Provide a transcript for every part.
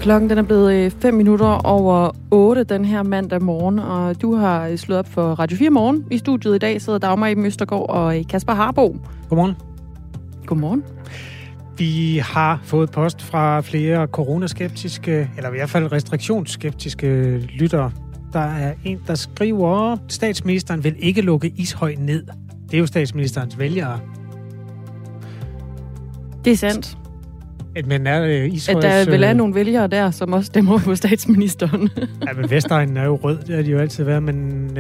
Klokken den er blevet 5 minutter over 8 den her mandag morgen, og du har slået op for Radio 4 Morgen. I studiet i dag sidder Dagmar Eben Østergaard og Kasper Harbo. Godmorgen. Godmorgen. Vi har fået post fra flere coronaskeptiske, eller i hvert fald restriktionsskeptiske lyttere. Der er en, der skriver, statsministeren vil ikke lukke Ishøj ned. Det er jo statsministerens vælgere. Det er sandt. Men er Ishøjs... At der vel er nogle vælgere der, som også stemmer på statsministeren. Ja, men Vestegnen er jo rød, det har de jo altid været, men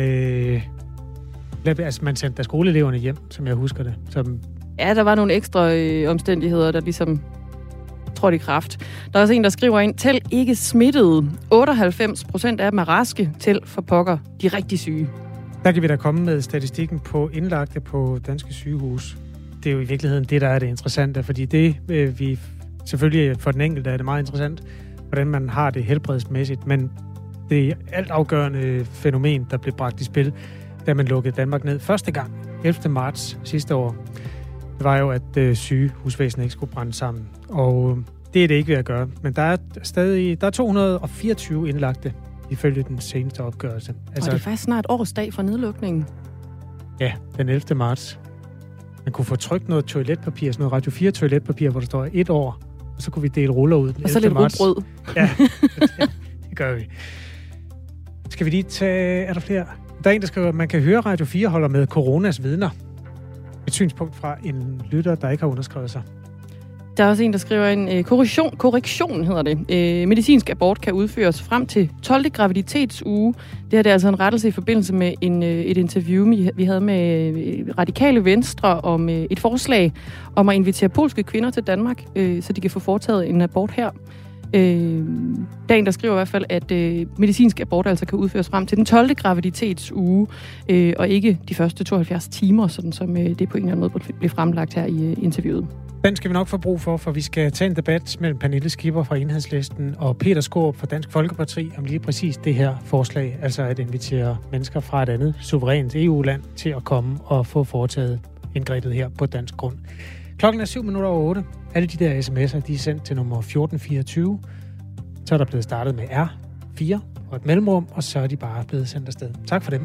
man sendte da skoleeleverne hjem, som jeg husker det. Som... Ja, der var nogle ekstra omstændigheder, der ligesom trådte i kraft. Der er også en, der skriver ind, tæl ikke smittede. 98% af dem er raske, tæl for pokker. De er rigtig syge. Der kan vi da komme med statistikken på indlagte på danske sygehus. Det er jo i virkeligheden det, der er det interessante, fordi det vi... Selvfølgelig for den enkelte er det meget interessant, hvordan man har det helbredsmæssigt, men det alt afgørende fænomen, der blev bragt i spil, da man lukkede Danmark ned første gang, 11. marts sidste år, det var jo, at sygehusvæsenet ikke skulle brænde sammen. Og det er det ikke ved at gøre. Men der er 224 indlagte, ifølge den seneste opgørelse. Altså, og det er faktisk snart årsdag for nedlukningen. Ja, den 11. marts. Man kunne få trykt noget toiletpapir, sådan noget Radio 4 toiletpapir, hvor der står 1 år, og så kunne vi dele ruller ud den 11. Og så lidt marts. rugbrød. Ja, det gør vi. Skal vi lige tage... Er der flere? Der er en, der skriver, at man kan høre, Radio 4 holder med coronas vidner. Et synspunkt fra en lytter, der ikke har underskrevet sig. Der er også en, der skriver en korrektion hedder det. Medicinsk abort kan udføres frem til 12. graviditetsuge. Det her det er altså en rettelse i forbindelse med et interview, vi havde med Radikale Venstre om et forslag om at invitere polske kvinder til Danmark, så de kan få foretaget en abort her. Der er en, der skriver i hvert fald, at medicinsk abort altså kan udføres frem til den 12. graviditetsuge, og ikke de første 72 timer, sådan som det på en eller anden måde blev fremlagt her i interviewet. Den skal vi nok få brug for vi skal tage en debat mellem Pernille Skipper fra Enhedslisten og Peter Skaarup fra Dansk Folkeparti om lige præcis det her forslag, altså at invitere mennesker fra et andet suverænt EU-land til at komme og få foretaget indgrebet her på dansk grund. Klokken er 7 minutter over 8. Alle de der sms'er, de er sendt til nummer 1424. Så er der blevet startet med R4 og et mellemrum, og så er de bare blevet sendt afsted. Tak for dem.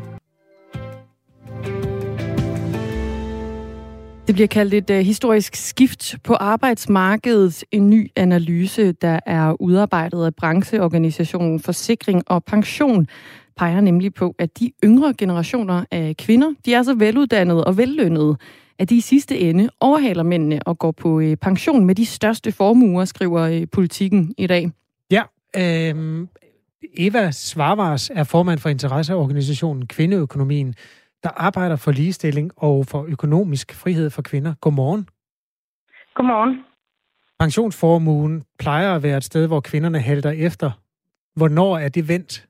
Det bliver kaldt et historisk skift på arbejdsmarkedet. En ny analyse, der er udarbejdet af brancheorganisationen Forsikring og Pension, peger nemlig på, at de yngre generationer af kvinder, de er så veluddannede og vellønnede, at de i sidste ende overhaler mændene og går på pension med de største formuer, skriver Politikken i dag. Ja, Eva Svarvars er formand for interesseorganisationen Kvindeøkonomien, der arbejder for ligestilling og for økonomisk frihed for kvinder. Godmorgen. Godmorgen. Pensionsformuen plejer at være et sted, hvor kvinderne halter efter. Hvornår er det vendt?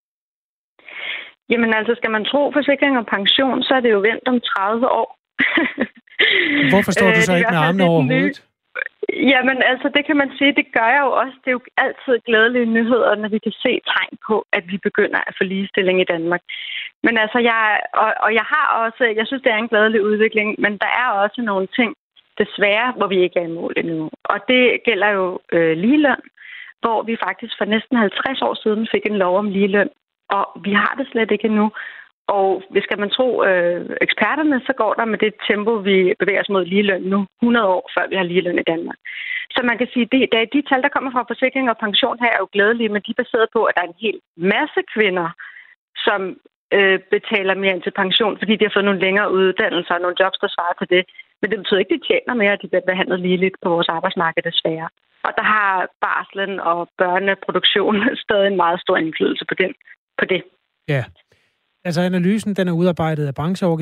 Jamen altså, skal man tro forsikring og pension, så er det jo vendt om 30 år. Hvorfor står du så ikke med armene over hovedet? Jamen altså, det kan man sige, det gør jeg jo også. Det er jo altid glædelige nyheder, når vi kan se tegn på, at vi begynder at få ligestilling i Danmark. Men altså, jeg synes, det er en glædelig udvikling, men der er også nogle ting, desværre, hvor vi ikke er i mål endnu. Og det gælder jo ligeløn, hvor vi faktisk for næsten 50 år siden fik en lov om ligeløn, og vi har det slet ikke endnu. Og hvis skal man tro eksperterne, så går der med det tempo, vi bevæger os mod ligeløn nu, 100 år før vi har ligeløn i Danmark. Så man kan sige, at de tal, der kommer fra forsikring og pension her, er jo glædelige, men de er baseret på, at der er en hel masse kvinder, som betaler mere ind til pension, fordi de har fået nogle længere uddannelser og nogle jobs, der svarer til det. Men det betyder ikke, at de tjener mere, at de bliver behandlet ligeligt på vores arbejdsmarked, desværre. Og der har barslen og børneproduktionen stadig en meget stor indflydelse på det. Ja. Altså analysen, den er udarbejdet af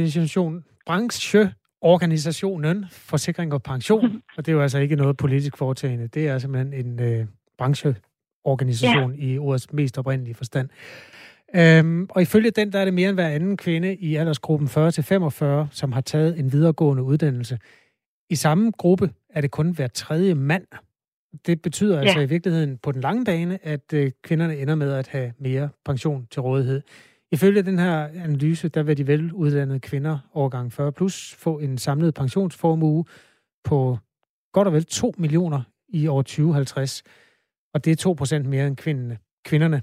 brancheorganisationen Forsikring og Pension, og det er jo altså ikke noget politisk foretagende. Det er simpelthen en brancheorganisation i ordets mest oprindelige forstand. Og ifølge den, der er det mere end hver anden kvinde i aldersgruppen 40-45, som har taget en videregående uddannelse. I samme gruppe er det kun hver tredje mand. Det betyder altså i virkeligheden på den lange bane, at kvinderne ender med at have mere pension til rådighed. Ifølge den her analyse, der vil de veluddannede kvinder årgang 40 plus få en samlet pensionsformue på godt og vel 2 millioner i år 2050. og det er 2% mere end kvinderne.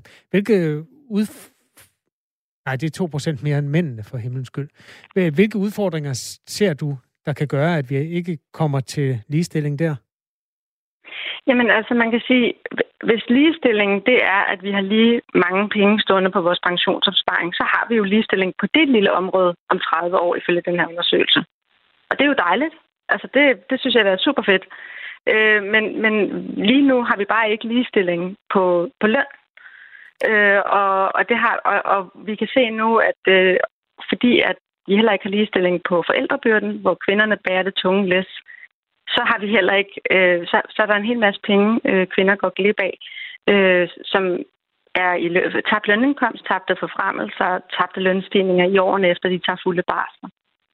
Det er 2% mere end mændene, for himlens skyld. Hvilke udfordringer ser du, der kan gøre, at vi ikke kommer til ligestilling der? Jamen altså, man kan sige, hvis ligestillingen det er, at vi har lige mange penge stående på vores pensionsopsparing, så har vi jo ligestilling på det lille område om 30 år ifølge den her undersøgelse. Og det er jo dejligt. Altså, det synes jeg er super fedt. Men lige nu har vi bare ikke ligestilling på løn. Og vi kan se nu, at fordi at vi heller ikke har ligestilling på forældrebyrden, hvor kvinderne bærer det tunge læs, så har vi heller ikke, så er der en hel masse penge, kvinder går glip af, som er i tabt lønindkomst, tabte forfremmelser, tabte lønstigninger i årene efter, de tager fulde barsler.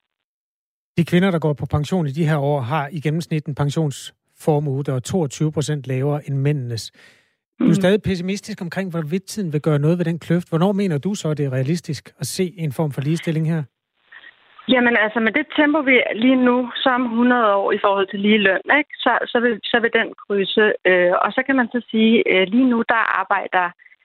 De kvinder, der går på pension i de her år, har i gennemsnit en pensionsformue, der er 22% lavere end mændenes. Du er stadig pessimistisk omkring, hvorvidt tiden vil gøre noget ved den kløft. Hvornår mener du så, det er realistisk at se en form for ligestilling her? Jamen altså, med det tempo, vi lige nu, som 100 år i forhold til lige løn, ikke? Så vil den krydse. Og så kan man så sige, lige nu, der arbejder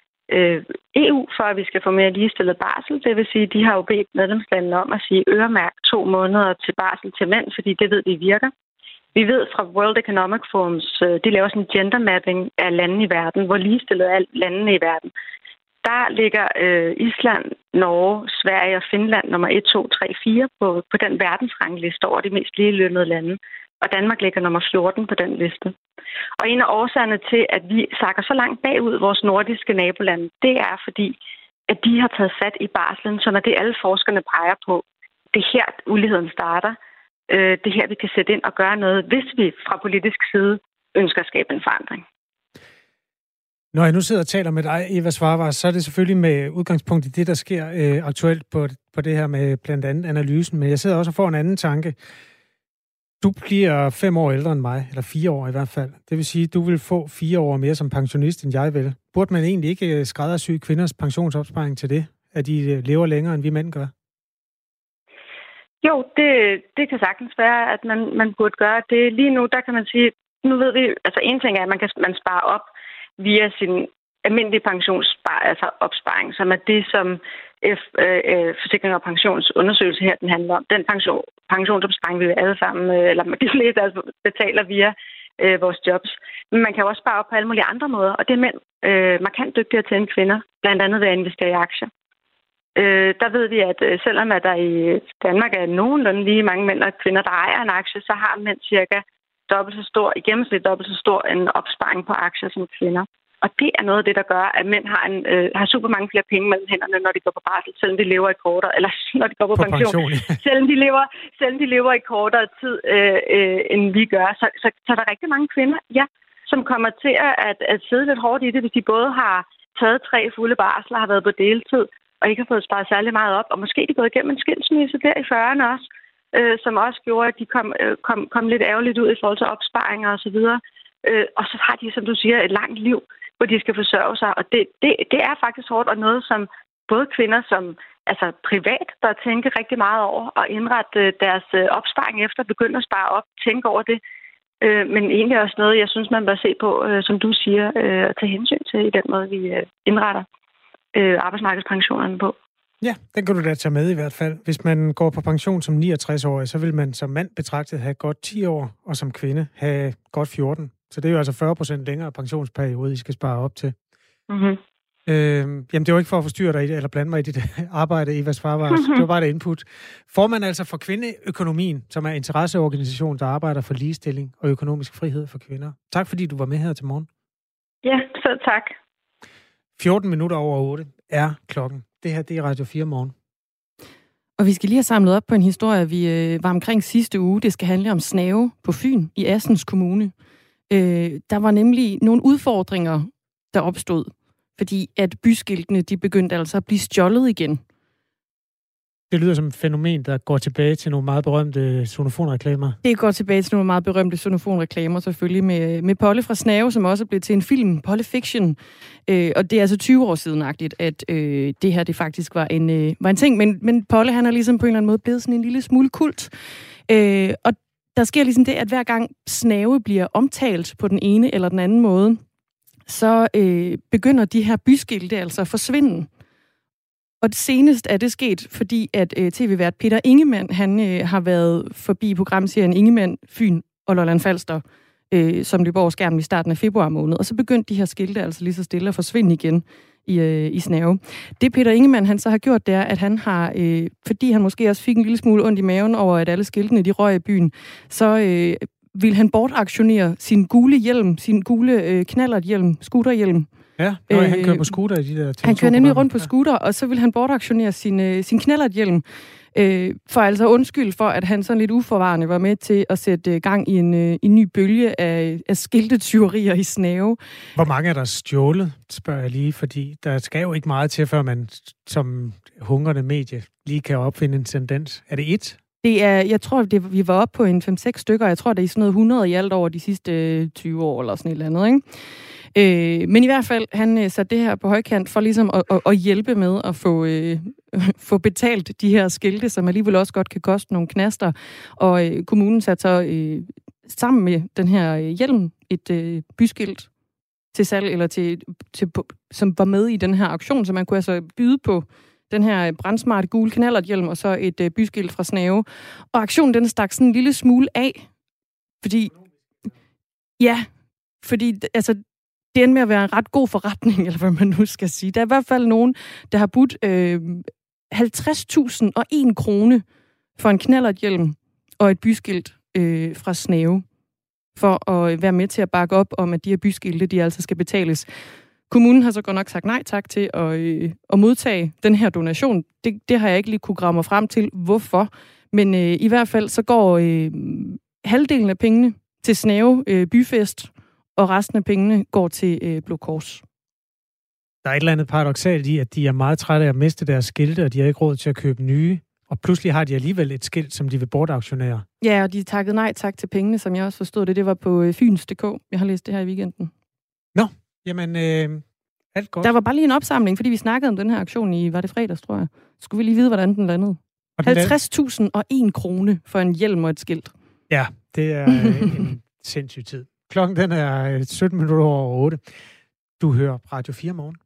EU for, at vi skal få mere ligestillet barsel. Det vil sige, de har jo bedt medlemslandene om at sige øremærk 2 måneder til barsel til mænd, fordi det ved de virker. Vi ved fra World Economic Forums, de laver sådan en gender mapping af lande i verden, hvor ligestillet er landene i verden. Der ligger Island, Norge, Sverige og Finland nummer 1, 2, 3, 4 på den verdensrangliste over de mest ligelønnede lande. Og Danmark ligger nummer 14 på den liste. Og en af årsagerne til, at vi sakker så langt bagud vores nordiske nabolande, det er fordi, at de har taget fat i barslen, så når det alle forskerne peger på, det er her uligheden starter. Det her, vi kan sætte ind og gøre noget, hvis vi fra politisk side ønsker at skabe en forandring. Når jeg nu sidder og taler med dig, Eva Svarvas, så er det selvfølgelig med udgangspunkt i det, der sker aktuelt på det her med blandt andet analysen, men jeg sidder også og får en anden tanke. Du bliver 5 år ældre end mig, eller 4 år i hvert fald. Det vil sige, at du vil få 4 år mere som pensionist, end jeg vil. Burde man egentlig ikke skræddersy kvinders pensionsopsparing til det, at de lever længere, end vi mænd gør? Jo, det kan sagtens være, at man burde gøre det. Lige nu, der kan man sige, nu ved vi, altså en ting er, at man sparer op via sin almindelige pensionsopsparing, som er det, som Forsikring og Pensionsundersøgelse her, den handler om. Den pensionsopsparing, vi alle sammen, eller de fleste altså betaler via vores jobs. Men man kan jo også spare op på alle mulige andre måder, og det er mænd markant dygtigere til end kvinder, blandt andet ved at investere i aktier. Der ved vi, at selvom at der i Danmark er nogenlunde lige mange mænd og kvinder, der ejer en aktie, så har mænd cirka i gennemsnit dobbelt så stor en opsparing på aktier som kvinder. Og det er noget af det, der gør, at mænd har super mange flere penge mellem hænderne, når de går på barsel, selvom de lever i kortere, eller når de går på pension. Selvom de lever i kortere tid, end vi gør. Så der er rigtig mange kvinder, som kommer til at sidde lidt hårdt i det, hvis de både har taget 3 fulde barsler, har været på deltid, og ikke har fået sparet særlig meget op. Og måske de er gået igennem en skilsmisse der i 40'erne også, som også gjorde, at de kom lidt ærgerligt ud i forhold til opsparinger og så videre. Og så har de, som du siger, et langt liv, hvor de skal forsørge sig. Og det er faktisk hårdt, og noget, som både kvinder som altså privat bør tænke rigtig meget over, og indrette deres opsparing efter, begynde at spare op, tænke over det. Men egentlig også noget, jeg synes, man bør se på, som du siger, at tage hensyn til i den måde, vi indretter arbejdsmarkedspensionerne på. Ja, den kan du da tage med i hvert fald. Hvis man går på pension som 69-årig, så vil man som mand betragtet have godt 10 år, og som kvinde have godt 14. Så det er jo altså 40% længere pensionsperiode, I skal spare op til. Mm-hmm. Jamen, det var ikke for at forstyrre dig i det, eller blande mig i dit arbejde, Eva Svarvas. Det var bare et input. Formand altså for Kvindeøkonomien, som er en interesseorganisation, der arbejder for ligestilling og økonomisk frihed for kvinder. Tak fordi du var med her til morgen. Ja, så tak. 14 minutter over 8 er klokken. Det her, det er Radio 4 morgen. Og vi skal lige have samlet op på en historie, vi var omkring sidste uge. Det skal handle om Snave på Fyn i Assens Kommune. Der var nemlig nogle udfordringer, der opstod, fordi at byskiltene, de begyndte altså at blive stjålet igen. Det lyder som et fænomen, der går tilbage til nogle meget berømte sonofonreklamer. Det går tilbage til nogle meget berømte sonofonreklamer, selvfølgelig med Polle fra Snave, som også blev til en film, Polle Fiction. Og det er altså 20 år siden-agtigt, at det her det faktisk var en ting. Men Polle, han er ligesom på en eller anden måde blevet sådan en lille smule kult. Og der sker ligesom det, at hver gang Snave bliver omtalt på den ene eller den anden måde, så begynder de her byskilte altså at forsvinde. Og det senest er det sket, fordi at tv-vært Peter Ingemann, han har været forbi programserien Ingemann, Fyn og Lolland Falster, som løb over skærmen i starten af februar måned. Og så begyndte de her skilte altså lige så stille at forsvinde igen i Snave. Det Peter Ingemann, han så har gjort, det er, at han har, fordi han måske også fik en lille smule ondt i maven over, at alle skiltene de røg i byen, så ville han bortaktionere sin gule hjelm, sin gule knallerthjelm, scooterhjelm. Ja, han kører på scooter i de der han kører nemlig rundt på scooter, og så vil han bortaktionere sin knallerthjelm, for altså undskyld for, at han sådan lidt uforvarende var med til at sætte gang i en ny bølge af skiltetyverier i Snave. Hvor mange er der stjålet, spørger jeg lige, fordi der skal jo ikke meget til, før man som hungrende medie lige kan opfinde en tendens. Er det et? Jeg tror, vi var oppe på en 5-6 stykker. Jeg tror, det er sådan noget 100 i alt over de sidste 20 år, eller sådan et eller andet, ikke? Men i hvert fald, han satte det her på højkant for ligesom at hjælpe med at få betalt de her skilte, som alligevel også godt kan koste nogle knaster. Og kommunen satte så sammen med den her hjelm et byskilt til salg, eller som var med i den her auktion, så man kunne altså byde på den her brandsmarte gule knallerthjelm, og så et byskilt fra Snave. Og aktionen, den stak sådan en lille smule af, fordi altså, det endte med at være en ret god forretning, eller hvad man nu skal sige. Der er i hvert fald nogen, der har budt 50.001 krone for en knallerthjelm og et byskilt fra Snave, for at være med til at bakke op om, at de her byskilte, de altså skal betales. Kommunen har så godt nok sagt nej tak til at modtage den her donation. Det har jeg ikke lige kunne grave mig frem til, hvorfor. Men i hvert fald så går halvdelen af pengene til Snave byfest, og resten af pengene går til Blå Kors. Der er et eller andet paradoksalt i, at de er meget trætte af at miste deres skilte, og de har ikke råd til at købe nye. Og pludselig har de alligevel et skilt, som de vil bortauktionere. Ja, og de takkede nej tak til pengene, som jeg også forstod det. Det var på fyns.dk. Jeg har læst det her i weekenden. Nå, jamen alt godt. Der var bare lige en opsamling, fordi vi snakkede om den her aktion var det fredags, tror jeg. Skulle vi lige vide, hvordan den landede. 50.001 krone for en hjelm og et skilt. Ja, det er en sindssyg tid. Klokken den er 17 minutter over 8. Du hører Radio 4 morgen.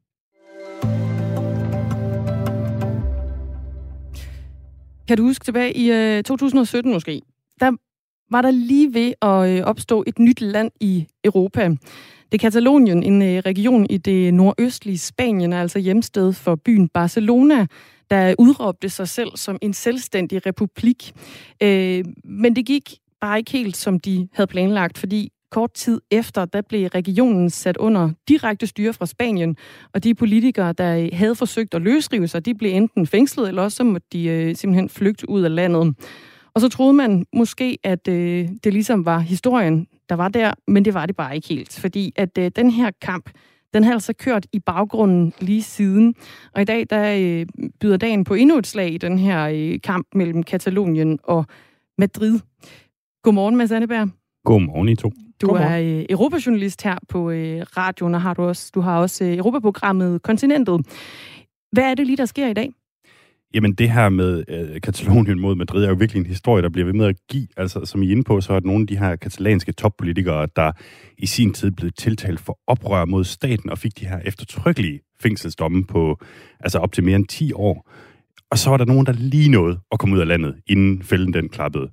Kan du huske tilbage i 2017 måske? Der var der lige ved at opstå et nyt land i Europa. Det er Katalonien, en region i det nordøstlige Spanien, er altså hjemsted for byen Barcelona, der udråbte sig selv som en selvstændig republik. Men det gik bare ikke helt, som de havde planlagt, fordi kort tid efter, der blev regionen sat under direkte styre fra Spanien, og de politikere, der havde forsøgt at løsrive sig, de blev enten fængslet, eller også så måtte de simpelthen flygte ud af landet. Og så troede man måske, at det ligesom var historien, der var der, men det var det bare ikke helt, fordi at den her kamp, den har altså kørt i baggrunden lige siden. Og i dag, der byder dagen på endnu et slag i den her kamp mellem Katalonien og Madrid. Godmorgen, Mads Anneberg. Godmorgen, I to. Du er europajournalist her på radioen, og du har også Europaprogrammet Kontinentet. Hvad er det lige, der sker i dag? Jamen det her med Katalonien mod Madrid er jo virkelig en historie, der bliver ved med at give. Altså som I er inde på, så er der nogle af de her katalanske toppolitikere, der i sin tid blev tiltalt for oprør mod staten og fik de her eftertrykkelige fængselsdomme på altså op til mere end 10 år. Og så var der nogen, der lige nåede at komme ud af landet, inden fælden den klappede.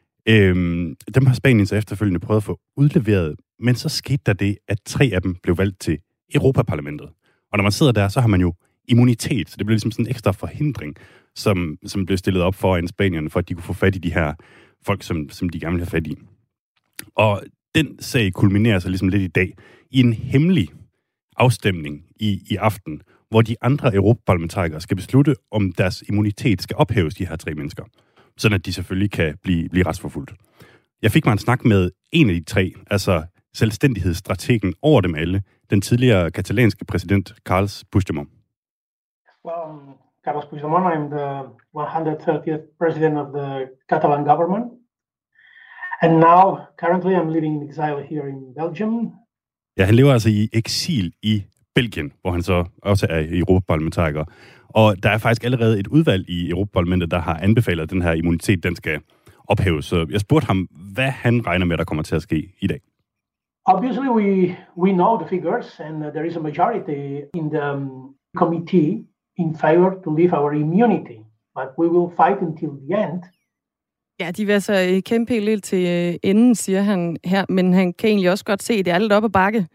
Dem har Spanien så efterfølgende prøvet at få udleveret, men så skete der det, at 3 af dem blev valgt til Europaparlamentet. Og når man sidder der, så har man jo immunitet, så det blev ligesom sådan en ekstra forhindring, som blev stillet op for Spanien, for at de kunne få fat i de her folk, som de gerne vil have fat i. Og den sag kulminerer så ligesom lidt i dag i en hemmelig afstemning i aften, hvor de andre europaparlamentarikere skal beslutte, om deres immunitet skal ophæves, de her 3 mennesker, sådan at de selvfølgelig kan blive retsforfulgt. Jeg fik mig en snak med en af de 3, altså selvstændighedsstrategen over dem alle, den tidligere katalanske præsident Carles Puigdemont. Well, Carles Puigdemont, I'm the 130th president of the Catalan government. And now, currently, I'm living in exile here in Belgium. Ja, han lever altså i eksil i Belgien, hvor han så også er europaparlamentariker. Og der er faktisk allerede et udvalg i Europaparlamentet, der har anbefalet, at den her immunitet, den skal ophæves. Så jeg spurgte ham, hvad han regner med, der kommer til at ske i dag. Obviously, we know the figures, and there is a majority in the committee in favor to leave our immunity. But we will fight until the end. Ja, de vil altså kæmpe helt til enden, siger han her, men han kan egentlig også godt se, at det er lidt op ad bakke.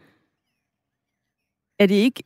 Er det ikke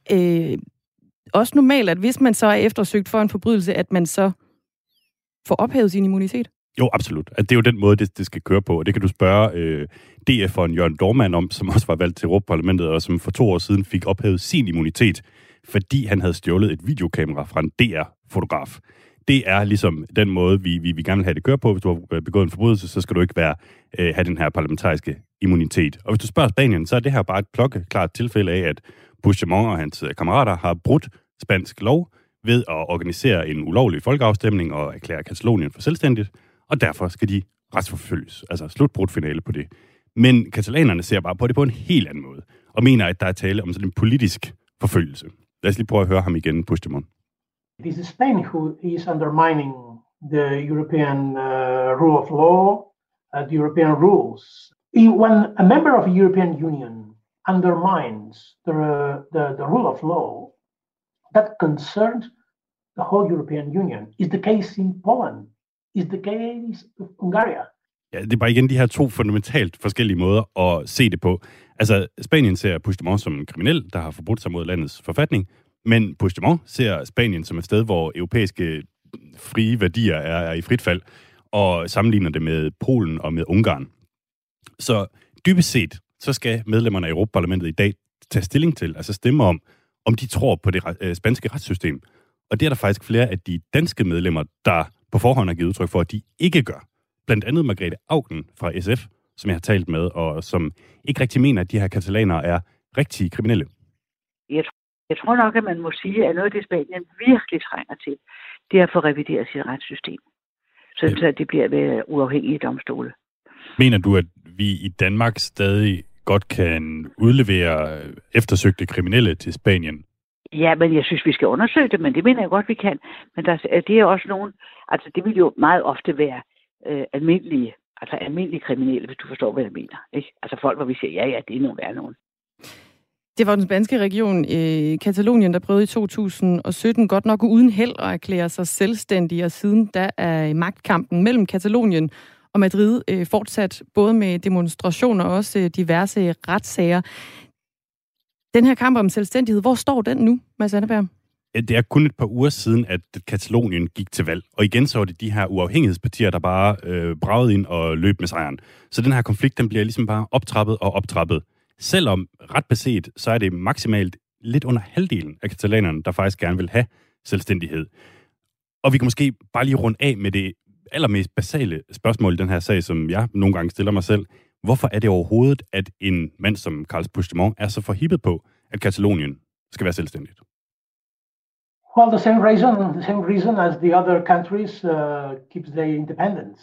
også normalt, at hvis man så er eftersøgt for en forbrydelse, at man så får ophævet sin immunitet? Jo, absolut. At det er jo den måde, det skal køre på. Og det kan du spørge DF'eren Jørgen Dohrmann om, som også var valgt til Europaparlamentet, og som for 2 år siden fik ophævet sin immunitet, fordi han havde stjålet et videokamera fra en DR-fotograf. Det er ligesom den måde, vi gerne vil have det køre på. Hvis du har begået en forbrydelse, så skal du ikke have den her parlamentariske immunitet. Og hvis du spørger Spanien, så er det her bare et klokkeklart tilfælde af, at Puigdemont og hans kammerater har brudt spansk lov ved at organisere en ulovlig folkeafstemning og erklære Katalonien for selvstændigt, og derfor skal de retsforfølges. Altså slutbrudt finale på det. Men katalanerne ser bare på det på en helt anden måde, og mener, at der er tale om sådan en politisk forfølgelse. Lad os lige prøve at høre ham igen, Puigdemont. This is Spain who is undermining the European rule of law, the European rules. When a member of the European Union undermines the rule of law, that concerns the whole European Union. Is the case in Poland? Is the case of Hungary? Ja, det er bare igen de her 2 fundamentalt forskellige måder at se det på. Altså, Spanien ser Puigdemont som en kriminel, der har forbrudt sig mod landets forfatning, men Puigdemont ser Spanien som et sted, hvor europæiske frie værdier er i frit fald, og sammenligner det med Polen og med Ungarn. Så dybest set, så skal medlemmerne af Europaparlamentet i dag tage stilling til, altså stemme om de tror på det spanske retssystem. Og det er der faktisk flere af de danske medlemmer, der på forhånd har givet udtryk for, at de ikke gør. Blandt andet Margrethe Auken fra SF, som jeg har talt med, og som ikke rigtig mener, at de her katalanere er rigtige kriminelle. Jeg tror nok, at man må sige, at noget af det, Spanien virkelig trænger til, det er at få revideret sit retssystem, så det bliver ved uafhængige domstole. Mener du, at vi i Danmark stadig godt kan udlevere eftersøgte kriminelle til Spanien? Ja, men jeg synes, vi skal undersøge det, men det mener jeg godt, vi kan. Men det er også nogen, altså det vil jo meget ofte være almindelige kriminelle, hvis du forstår, hvad jeg mener. Ikke? Altså folk, hvor vi siger, ja, det er nogle værre nogen. Det var den spanske region Katalonien, der prøvede i 2017 godt nok uden held at erklære sig selvstændig, og siden da er magtkampen mellem Katalonien og Madrid fortsat, både med demonstrationer og også diverse retssager. Den her kamp om selvstændighed, hvor står den nu, Mads Anneberg? Det er kun et par uger siden, at Katalonien gik til valg. Og igen så var det de her uafhængighedspartier, der bare bragede ind og løb med sejren. Så den her konflikt, den bliver ligesom bare optrappet. Selvom ret beset, så er det maksimalt lidt under halvdelen af katalanerne, der faktisk gerne vil have selvstændighed. Og vi kan måske bare lige runde af med det allermest basale spørgsmål i den her sag, som jeg nogle gange stiller mig selv. Hvorfor er det overhovedet, at en mand som Carles Puigdemont er så forhippet på, at Katalonien skal være selvstændigt? Well, the same reason as the other countries keeps their independence.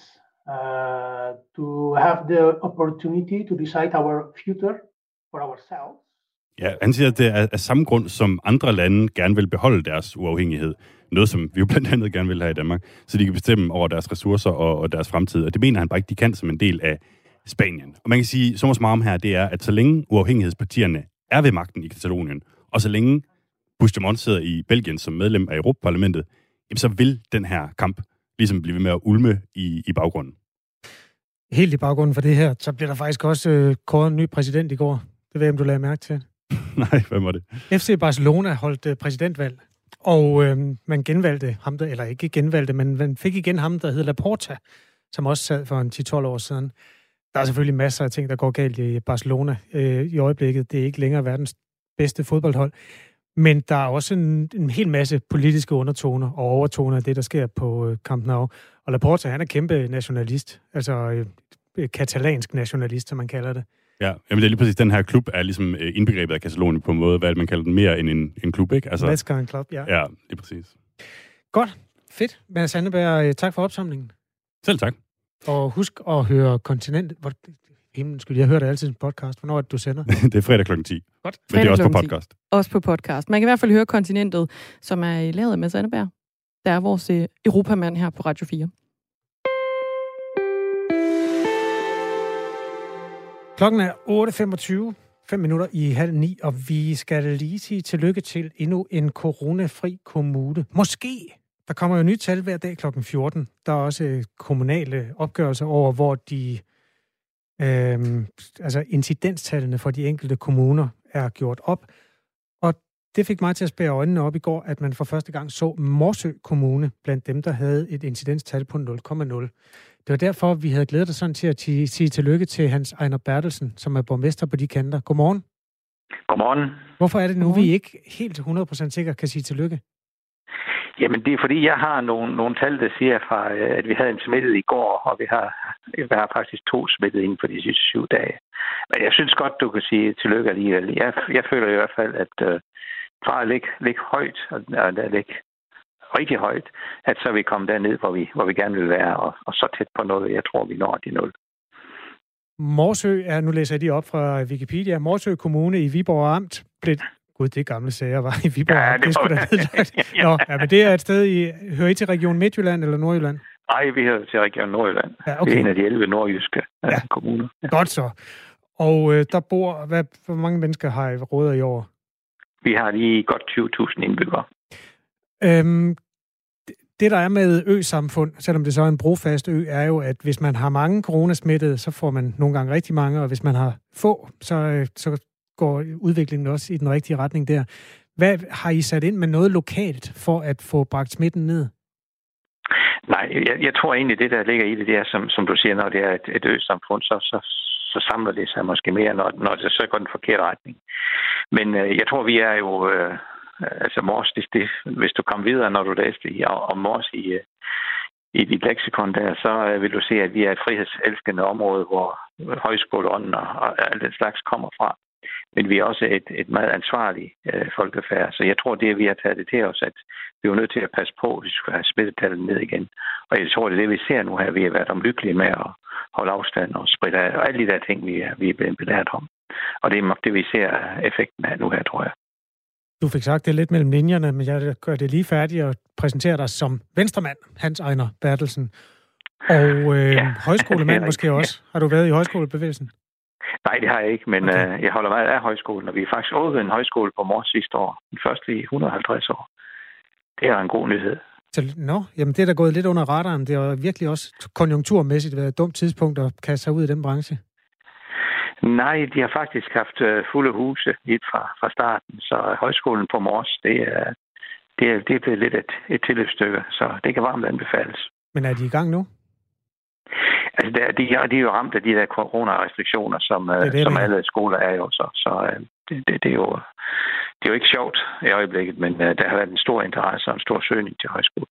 To have the opportunity to decide our future for ourselves. Ja, han siger, at det er af samme grund, som andre lande gerne vil beholde deres uafhængighed. Noget, som vi jo blandt andet gerne vil have i Danmark. Så de kan bestemme over deres ressourcer og deres fremtid. Og det mener han bare ikke, de kan som en del af Spanien. Og man kan sige, så meget om her, det er, at så længe uafhængighedspartierne er ved magten i Katalonien, og så længe Puigdemont sidder i Belgien som medlem af Europaparlamentet, så vil den her kamp ligesom blive ved med at ulme i baggrunden. Helt i baggrunden for det her, så bliver der faktisk også kåret en ny præsident i går. Det ved jeg, om du lagde mærke til. Nej, hvad var det? FC Barcelona holdt præsidentvalg, og man genvalgte ham, eller ikke genvalgte, men man fik igen ham, der hed Laporta, som også sad for en 10-12 år siden. Der er selvfølgelig masser af ting, der går galt i Barcelona i øjeblikket. Det er ikke længere verdens bedste fodboldhold. Men der er også en hel masse politiske undertoner og overtoner af det, der sker på Camp Nou. Og Laporta, han er kæmpe nationalist. Altså katalansk nationalist, som man kalder det. Ja, men det er lige præcis, den her klub er ligesom indbegrebet af Katalonien på en måde, hvad man kalder den mere end en klub, ikke? Altså, Let's go en klub, ja. Ja, lige præcis. Godt, fedt. Mads Anneberg, tak for opsamlingen. Selv tak. Og husk at høre Kontinent. Jeg hører det altid en podcast. Hvornår er det, du sender? Det er fredag kl. 10. Godt. Men det er også på podcast. Også på podcast. Man kan i hvert fald høre Kontinentet, som er lavet af Mads Anneberg. Der er vores europamand her på Radio 4. Klokken er 8.25, 5 minutter i 8:30, og vi skal lige sige tillykke til endnu en coronafri kommune. Måske. Der kommer jo nye tal hver dag klokken 14. Der er også kommunale opgørelser over, hvor de incidenstallene for de enkelte kommuner er gjort op. Og det fik mig til at spære øjnene op i går, at man for første gang så Morsø Kommune blandt dem, der havde et incidenstal på 0,0. Det var derfor, vi havde glædet os sådan til at sige tillykke til Hans Ejner Bertelsen, som er borgmester på de kanter. Godmorgen. Godmorgen. Hvorfor er det nu, vi ikke helt 100% sikkert kan sige tillykke? Jamen, det er fordi, jeg har nogle tal, der siger fra, at vi havde en smittet i går, og vi har faktisk 2 smittet inden for de sidste 7 dage. Men jeg synes godt, du kan sige tillykke alligevel. Jeg føler i hvert fald, at fra at ligge højt, og at ligge rigtig højt, at så er vi kommet derned, hvor vi gerne vil være, og så tæt på noget, jeg tror, vi når de 0. Morsø er, nu læser jeg lige op fra Wikipedia, Morsø Kommune i Viborg Amt blev... Gud, det gamle sager var i Viborg. Ja, det skulle da nedlagt. Nå, ja, men det er et sted, hører I til Region Midtjylland eller Nordjylland? Nej, vi hører til Region Nordjylland. Ja, okay. Det er en af de 11 nordjyske kommuner. Ja. Godt så. Og der bor, hvor mange mennesker har I råder i år? Vi har lige godt 20.000 indbyggere. Det, der er med ø-samfund, selvom det så er en brofast ø, er jo, at hvis man har mange coronasmittede, så får man nogle gange rigtig mange, og hvis man har få, så går udviklingen også i den rigtige retning der. Hvad har I sat ind med noget lokalt for at få bragt smitten ned? Nej, jeg tror egentlig, det der ligger i det, er, som du siger, når det er et ø-samfund, så samler det sig måske mere, når det så går den forkerte retning. Men jeg tror, vi er jo... Mors, hvis du kommer videre, når du læste om Mors i dit leksikon der, så vil du se, at vi er et frihedselskende område, hvor højskoleånden og alt den slags kommer fra. Men vi er også et meget ansvarligt folkefærd. Så jeg tror, det vi har taget det til os, at vi er nødt til at passe på, hvis vi skal have smittetallet ned igen. Og jeg tror, det er det, vi ser nu her. Vi har været omlykkelige med at holde afstand og spritte af, og alle de der ting, vi er blevet belært om. Og det er det, vi ser effekten af nu her, tror jeg. Du fik sagt det lidt mellem linjerne, men jeg gør det lige færdigt og præsenterer dig som venstremand, Hans Ejner Bertelsen. Og højskolemand måske også. Har du været i højskolebevægelsen? Nej, det har jeg ikke, men okay. Jeg holder meget af højskolen, og vi har faktisk åbnet en højskole på Mors sidste år. Den første i 150 år. Det er en god nyhed. Jamen det er da gået lidt under radaren. Det har virkelig også konjunkturmæssigt været et dumt tidspunkt at kaste sig ud i den branche. Nej, de har faktisk haft fulde huse lidt fra starten, så højskolen på Mors, det er blevet lidt et tilløbsstykke, så det kan varmt anbefales. Men er de i gang nu? Altså, de er jo ramt af de der coronarestriktioner, som alle skoler er jo, så det er jo ikke sjovt i øjeblikket, men der har været en stor interesse og en stor søgning til højskole.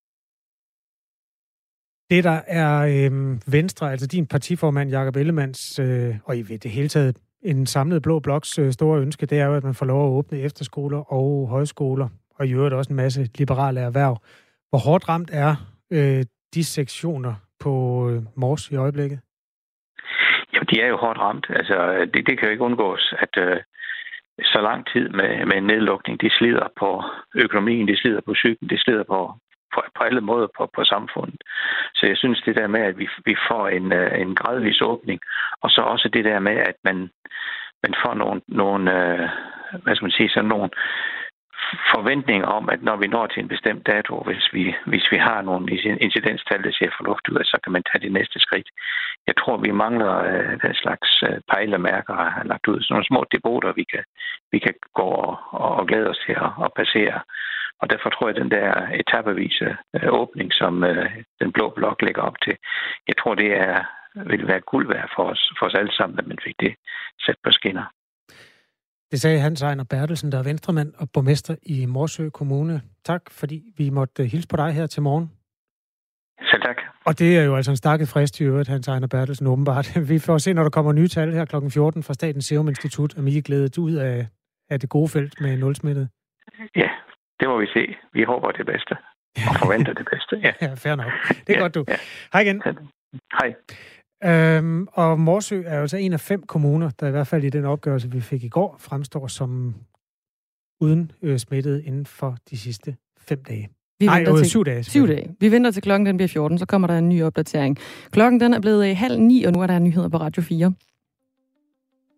Det, der er Venstre, altså din partiformand Jakob Ellemanns, og i det hele taget en samlet blå bloks store ønske, det er jo, at man får lov at åbne efterskoler og højskoler, og i øvrigt også en masse liberale erhverv. Hvor hårdt ramt er de sektioner på Mors i øjeblikket? Jamen, de er jo hårdt ramt. Altså, det kan jo ikke undgås, at så lang tid med en nedlukning, de slider på økonomien, de slider på psyken, de slider på alle måder på samfundet. Så jeg synes, det der med, at vi får en gradvis åbning, og så også det der med, at man får nogle hvad skal man sige, sådan nogle forventninger om, at når vi når til en bestemt dato, hvis vi har nogle incidenstal, der ser fornuftigt ud, så kan man tage det næste skridt. Jeg tror, vi mangler den slags pejlemærker, der har lagt ud. Sådan nogle små depoter, vi kan gå og glæde os til at passere. Og derfor tror jeg, at den der etapevise åbning, som den blå blok lægger op til, jeg tror, det vil være guld værd for os alle sammen, at man fik det sat på skinner. Det sagde Hans Ejner Bertelsen, der er venstremand og borgmester i Morsø Kommune. Tak, fordi vi måtte hilse på dig her til morgen. Selv tak. Og det er jo altså en stakket frist i øvrigt, Hans Ejner Bertelsen, åbenbart. Vi får se, når der kommer nye tal her kl. 14 fra Statens Serum Institut, om I er glædet ud af det gode felt med nulsmittet. Ja, det må vi se. Vi håber det bedste. Og forventer det bedste. Ja, fair nok. Det er godt, du. Ja. Hej igen. Hej. Og Morsø er jo altså en af 5 kommuner, der i hvert fald i den opgørelse, vi fik i går, fremstår som uden smittet inden for de sidste 5 dage. 7 dage. 7 dage. Vi venter til klokken den bliver 14, så kommer der en ny opdatering. Klokken den er blevet 8:30, og nu er der nyheder på Radio 4.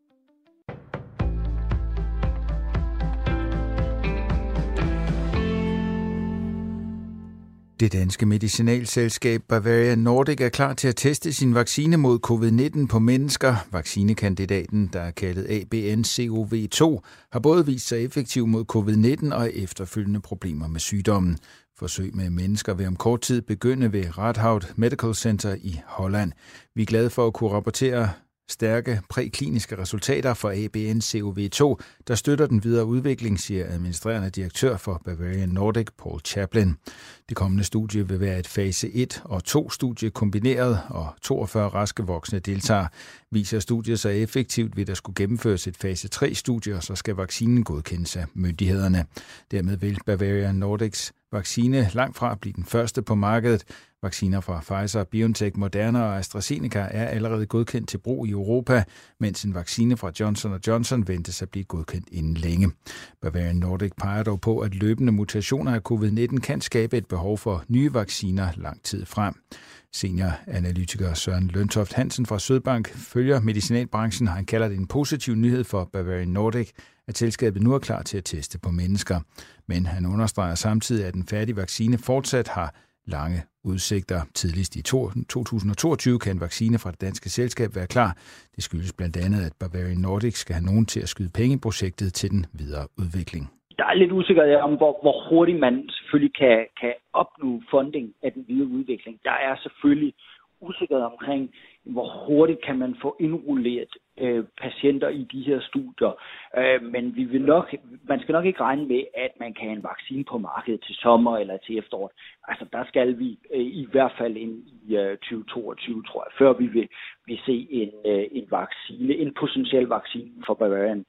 Det danske medicinalselskab Bavarian Nordic er klar til at teste sin vaccine mod covid-19 på mennesker. Vaccinekandidaten, der er kaldet ABNCoV2, har både vist sig effektiv mod covid-19 og efterfølgende problemer med sygdommen. Forsøg med mennesker vil om kort tid begynde ved Radboud Medical Center i Holland. Vi er glade for at kunne rapportere stærke prækliniske resultater for ABNCoV2, der støtter den videre udvikling, siger administrerende direktør for Bavarian Nordic, Paul Chaplin. Det kommende studie vil være et fase 1 og 2 studie kombineret, og 42 raske voksne deltager. Viser studiet sig effektivt, vil der skulle gennemføres et fase 3 studie, og så skal vaccinen godkendes af myndighederne. Dermed vil Bavarian Nordics vaccine langt fra blive den første på markedet. Vacciner fra Pfizer, BioNTech, Moderna og AstraZeneca er allerede godkendt til brug i Europa, mens en vaccine fra Johnson & Johnson ventes at blive godkendt inden længe. Bavarian Nordic peger dog på, at løbende mutationer af covid-19 kan skabe et behov for nye vacciner lang tid frem. Senioranalytiker Søren Løntoft Hansen fra Sydbank følger medicinalbranchen. Han kalder det en positiv nyhed for Bavarian Nordic, at selskabet nu er klar til at teste på mennesker. Men han understreger samtidig, at den færdige vaccine fortsat har lange udsigter. Tidligst i 2022 kan en vaccine fra det danske selskab være klar. Det skyldes blandt andet, at Bavarian Nordic skal have nogen til at skyde penge i projektet til den videre udvikling. Der er lidt usikkerhed om, hvor hurtigt man selvfølgelig kan opnå funding af den videre udvikling. Der er selvfølgelig usikkerhed omkring, hvor hurtigt kan man få indrulleret patienter i de her studier. Men man skal nok ikke regne med, at man kan have en vaccine på markedet til sommer eller til efteråret. Altså der skal vi i hvert fald ind i 2022, tror jeg, før vi vil se en vaccine, en potentiel vaccine for Bavarian.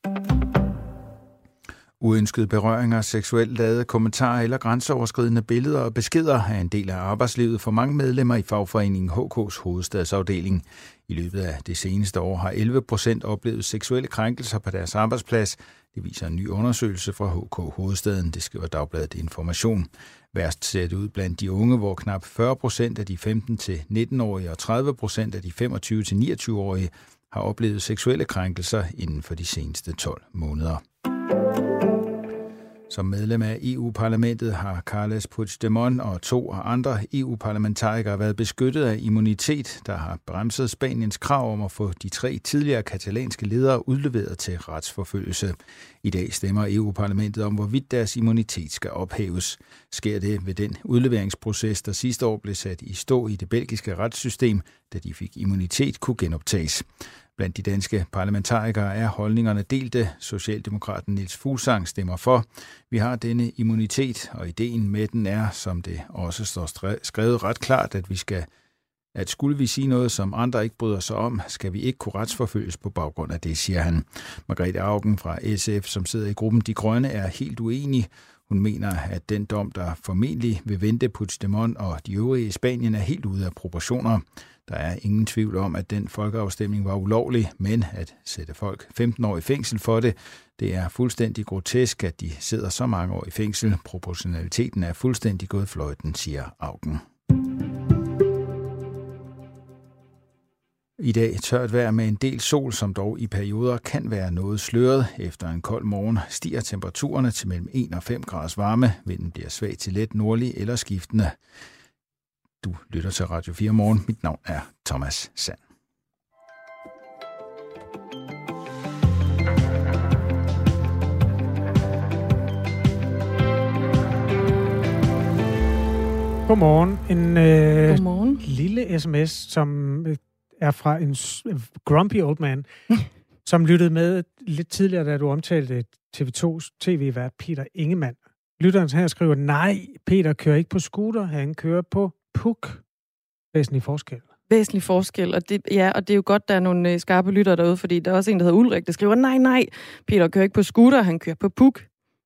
Uønskede berøringer, seksuelt lavede kommentarer eller grænseoverskridende billeder og beskeder er en del af arbejdslivet for mange medlemmer i fagforeningen HK's hovedstadsafdeling. I løbet af det seneste år har 11% oplevet seksuelle krænkelser på deres arbejdsplads. Det viser en ny undersøgelse fra HK Hovedstaden, det skriver Dagbladet Information. Værst ser det ud blandt de unge, hvor knap 40% af de 15-19-årige og 30% af de 25-29-årige har oplevet seksuelle krænkelser inden for de seneste 12 måneder. Som medlem af EU-parlamentet har Carles Puigdemont og 2 andre EU-parlamentarikere været beskyttet af immunitet, der har bremset Spaniens krav om at få de 3 tidligere katalanske ledere udleveret til retsforfølgelse. I dag stemmer EU-parlamentet om, hvorvidt deres immunitet skal ophæves. Sker det ved den udleveringsproces, der sidste år blev sat i stå i det belgiske retssystem, da de fik immunitet, kunne genoptages. Blandt de danske parlamentarikere er holdningerne delte. Socialdemokraten Niels Fuglsang stemmer for. Vi har denne immunitet, og ideen med den er, som det også står skrevet ret klart, at skulle vi sige noget, som andre ikke bryder sig om, skal vi ikke kunne retsforfølges på baggrund af det, siger han. Margrethe Auken fra SF, som sidder i gruppen De Grønne, er helt uenig. Hun mener, at den dom, der formentlig vil vente Puigdemont og de øvrige i Spanien, er helt ude af proportioner. Der er ingen tvivl om, at den folkeafstemning var ulovlig, men at sætte folk 15 år i fængsel for det, det er fuldstændig grotesk, at de sidder så mange år i fængsel. Proportionaliteten er fuldstændig gået fløjten, siger Auken. I dag tørt vejr med en del sol, som dog i perioder kan være noget sløret. Efter en kold morgen stiger temperaturerne til mellem 1 og 5 graders varme. Vinden bliver svag til let nordlig eller skiftende. Du lytter til Radio 4 Morgen. Mit navn er Thomas Sand. Godmorgen. Godmorgen. Lille sms, som er fra en grumpy old man, som lyttede med lidt tidligere, da du omtalte TV2's tv-vært Peter Ingemann. Lytteren her skriver, nej, Peter kører ikke på scooter, han kører på puk. Væsentlig forskel. Væsentlig forskel, og det er jo godt, der er nogle skarpe lyttere derude, fordi der er også en, der hedder Ulrik, der skriver, nej, Peter kører ikke på scooter, han kører på puk.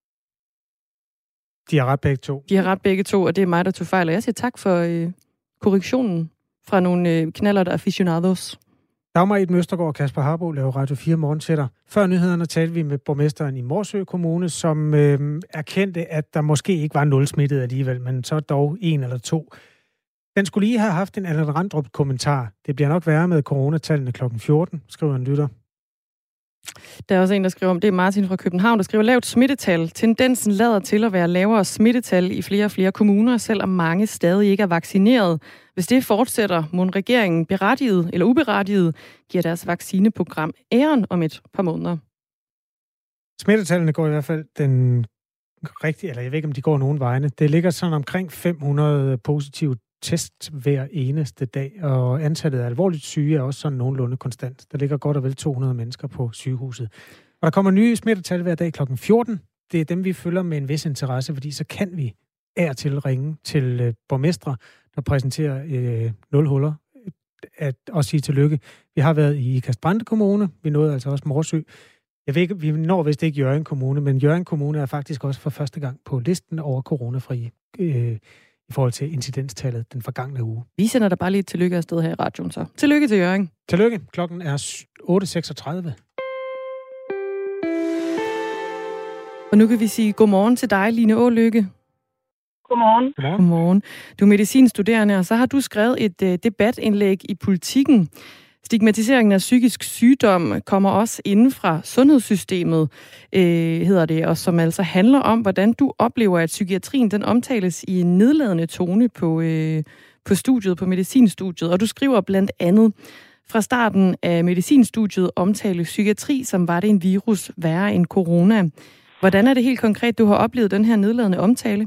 De har ret begge to. Og det er mig, der tog fejl, og jeg siger tak for korrektionen fra nogle knallert aficionados. Dagmar Eden Østergaard og Kasper Harbo laver Radio 4 Morgen til dig. Før nyhederne talte vi med borgmesteren i Morsø Kommune, som erkendte, at der måske ikke var 0 smittet alligevel, men så dog 1 eller 2. Den skulle lige have haft en Allan Randrup kommentar. Det bliver nok værre med coronatallene kl. 14, skriver en lytter. Der er også en, der skriver om, det er Martin fra København, der skriver, lavt smittetal. Tendensen lader til at være lavere smittetal i flere og flere kommuner, selvom mange stadig ikke er vaccineret. Hvis det fortsætter, må regeringen berettiget eller uberettiget giver deres vaccineprogram æren om et par måneder. Smittetallene går i hvert fald den rigtige, eller jeg ved ikke, om de går nogen vegne. Det ligger sådan omkring 500 positive test hver eneste dag, og antallet af alvorligt syge er også sådan nogenlunde konstant. Der ligger godt og vel 200 mennesker på sygehuset. Og der kommer nye smittetal hver dag kl. 14. Det er dem, vi følger med en vis interesse, fordi så kan vi af til ringe til borgmestre, der præsenterer 0 huller, og sige tillykke. Vi har været i Ikast-Brande Kommune, vi nåede altså også Morsø. Jeg ved ikke, vi når vist ikke Hjørring Kommune, men Hjørring Kommune er faktisk også for første gang på listen over coronafrie i forhold til incidenstallet den forgangne uge. Vi sender dig bare lige et tillykke afsted her i radioen så. Tillykke til Hjørring. Tillykke. Klokken er 8.36. Og nu kan vi sige godmorgen til dig, Line Ålykke. Godmorgen. Godmorgen. Du er medicinstuderende, og så har du skrevet et debatindlæg i Politikken. Stigmatiseringen af psykisk sygdom kommer også inden fra sundhedssystemet, hedder det, og som altså handler om, hvordan du oplever, at psykiatrien den omtales i en nedladende tone på studiet, på medicinstudiet. Og du skriver blandt andet, fra starten af medicinstudiet omtales psykiatri, som var det en virus værre end corona. Hvordan er det helt konkret, du har oplevet den her nedladende omtale?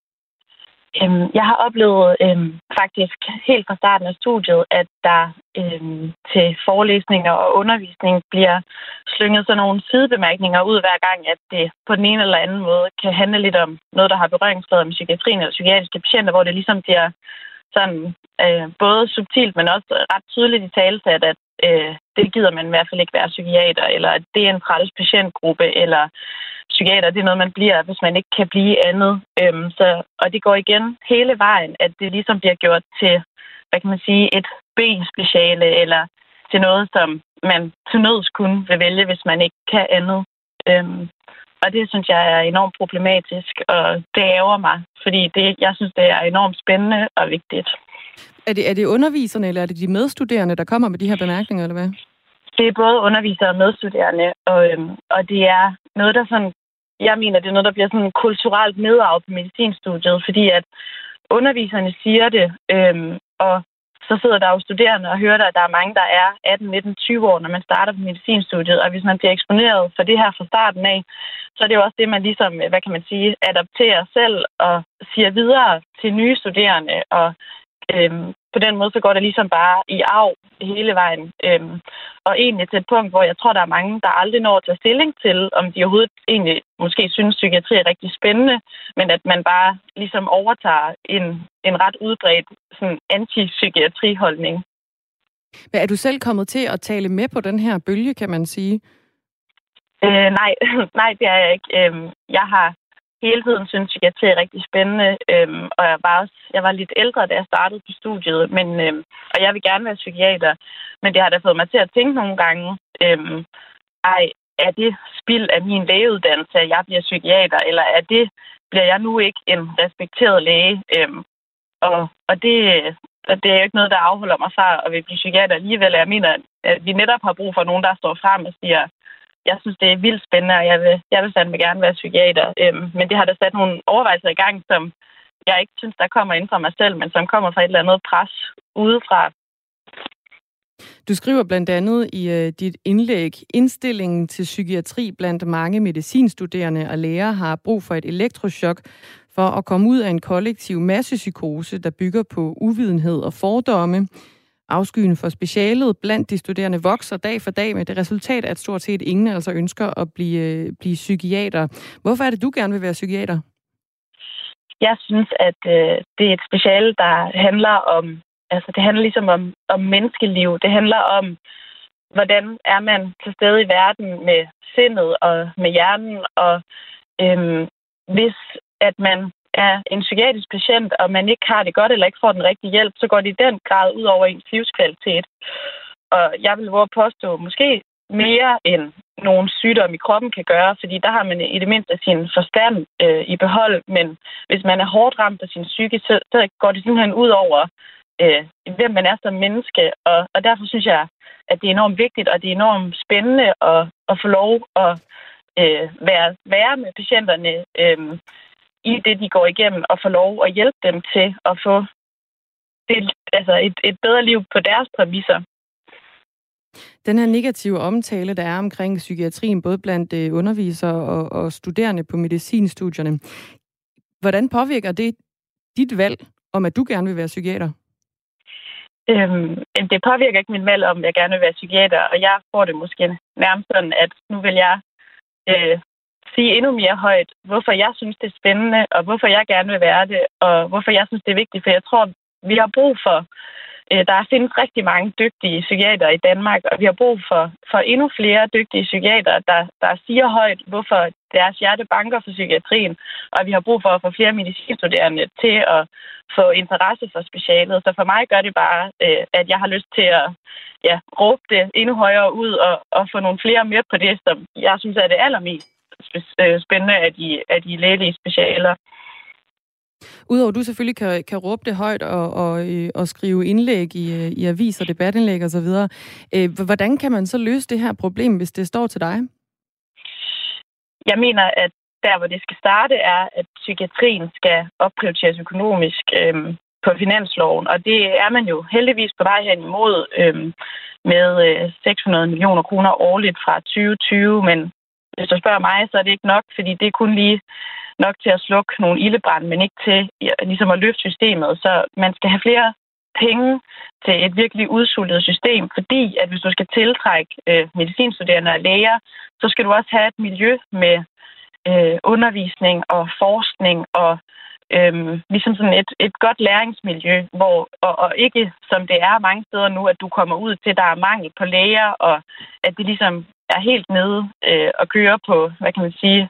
Jeg har oplevet faktisk helt fra starten af studiet, at der til forelæsninger og undervisning bliver slynget sådan nogle sidebemærkninger ud hver gang, at det på den ene eller anden måde kan handle lidt om noget, der har berøringsflader med psykiatrien eller psykiatriske patienter, hvor det ligesom bliver sådan både subtilt, men også ret tydeligt i talesat, at det gider man i hvert fald ikke være psykiater, eller at det er en træls patientgruppe, eller psykiater, det er noget, man bliver, hvis man ikke kan blive andet. Og det går igen hele vejen, at det ligesom bliver gjort til, hvad kan man sige, et B-speciale, eller til noget, som man til nøds kun vil vælge, hvis man ikke kan andet. Og det synes jeg er enormt problematisk, og det ærger mig, fordi jeg synes, det er enormt spændende og vigtigt. Er det underviserne, eller er det de medstuderende, der kommer med de her bemærkninger, eller hvad? Det er både undervisere og medstuderende, og det er noget, der sådan, jeg mener, det er noget, der bliver sådan kulturelt nedarvet på medicinstudiet, fordi at underviserne siger det, og så sidder der jo studerende og hører, at der er mange, der er 18, 19, 20 år, når man starter på medicinstudiet, og hvis man bliver eksponeret for det her fra starten af, så er det jo også det, man ligesom, hvad kan man sige, adapterer selv og siger videre til nye studerende, og på den måde, så går det ligesom bare i arv hele vejen. Og egentlig til et punkt, hvor jeg tror, der er mange, der aldrig når at tage stilling til, om de overhovedet egentlig måske synes, psykiatri er rigtig spændende, men at man bare ligesom overtager en ret udbredt sådan anti-psykiatri-holdning. Men er du selv kommet til at tale med på den her bølge, kan man sige? Nej, det er jeg ikke. Jeg har hele tiden synes psykiatri er rigtig spændende, og jeg var lidt ældre, da jeg startede på studiet, og jeg vil gerne være psykiater, men det har da fået mig til at tænke nogle gange, er det spild af min lægeuddannelse, at jeg bliver psykiater, eller bliver jeg nu ikke en respekteret læge? Og det er jo ikke noget, der afholder mig fra at vil blive psykiater alligevel. Jeg mener, at vi netop har brug for nogen, der står frem og siger, jeg synes, det er vildt spændende, og jeg vil fandme gerne være psykiater. Men det har da sat nogle overvejelser i gang, som jeg ikke synes, der kommer inden fra mig selv, men som kommer fra et eller andet pres udefra. Du skriver blandt andet i dit indlæg, indstillingen til psykiatri blandt mange medicinstuderende og læger har brug for et elektrochok for at komme ud af en kollektiv massepsykose, der bygger på uvidenhed og fordomme. Afskyen for specialet blandt de studerende vokser dag for dag med det resultat, at stort set ingen altså ønsker at blive psykiater. Hvorfor er det, du gerne vil være psykiater? Jeg synes, at det er et speciale, der handler om, altså det handler ligesom om menneskeliv. Det handler om, hvordan er man til stede i verden med sindet og med hjernen. Og hvis at man er en psykiatrisk patient, og man ikke har det godt eller ikke får den rigtige hjælp, så går det i den grad ud over ens livskvalitet. Og jeg vil våge påstå, måske mere end nogle sygdomme i kroppen kan gøre, fordi der har man i det mindste sin forstand i behold, men hvis man er hårdt ramt af sin psyke, så går det simpelthen ud over hvem man er som menneske. Og derfor synes jeg, at det er enormt vigtigt, og det er enormt spændende at få lov at være med patienterne i det, de går igennem, og få lov at hjælpe dem til at få et bedre liv på deres præmisser. Den her negative omtale, der er omkring psykiatrien, både blandt undervisere og studerende på medicinstudierne, hvordan påvirker det dit valg om, at du gerne vil være psykiater? Det påvirker ikke min valg om, at jeg gerne vil være psykiater, og jeg får det måske nærmest sådan, at nu vil jeg sige endnu mere højt, hvorfor jeg synes, det er spændende, og hvorfor jeg gerne vil være det, og hvorfor jeg synes, det er vigtigt, for jeg tror, vi har brug for, der findes rigtig mange dygtige psykiatere i Danmark, og vi har brug for endnu flere dygtige psykiatere, der siger højt, hvorfor deres hjerte banker for psykiatrien, og vi har brug for at få flere medicinstuderende til at få interesse for specialet. Så for mig gør det bare, at jeg har lyst til at råbe det endnu højere ud og få nogle flere med på det, som jeg synes er det allermest spændende af de lægelige specialer. Udover at du selvfølgelig kan råbe det højt og skrive indlæg i aviser, debatindlæg osv., hvordan kan man så løse det her problem, hvis det står til dig? Jeg mener, at der, hvor det skal starte, er, at psykiatrien skal opprioriteres økonomisk på finansloven, og det er man jo heldigvis på vej hen imod med 600 millioner kroner årligt fra 2020, men hvis du spørger mig, så er det ikke nok, fordi det er kun lige nok til at slukke nogle ildebrand, men ikke til ligesom at løfte systemet. Så man skal have flere penge til et virkelig udsultet system, fordi at hvis du skal tiltrække medicinstuderende og læger, så skal du også have et miljø med undervisning og forskning og ligesom sådan et godt læringsmiljø, og ikke som det er mange steder nu, at du kommer ud til, at der er mangel på læger, og at det ligesom er helt nede og kører på, hvad kan man sige,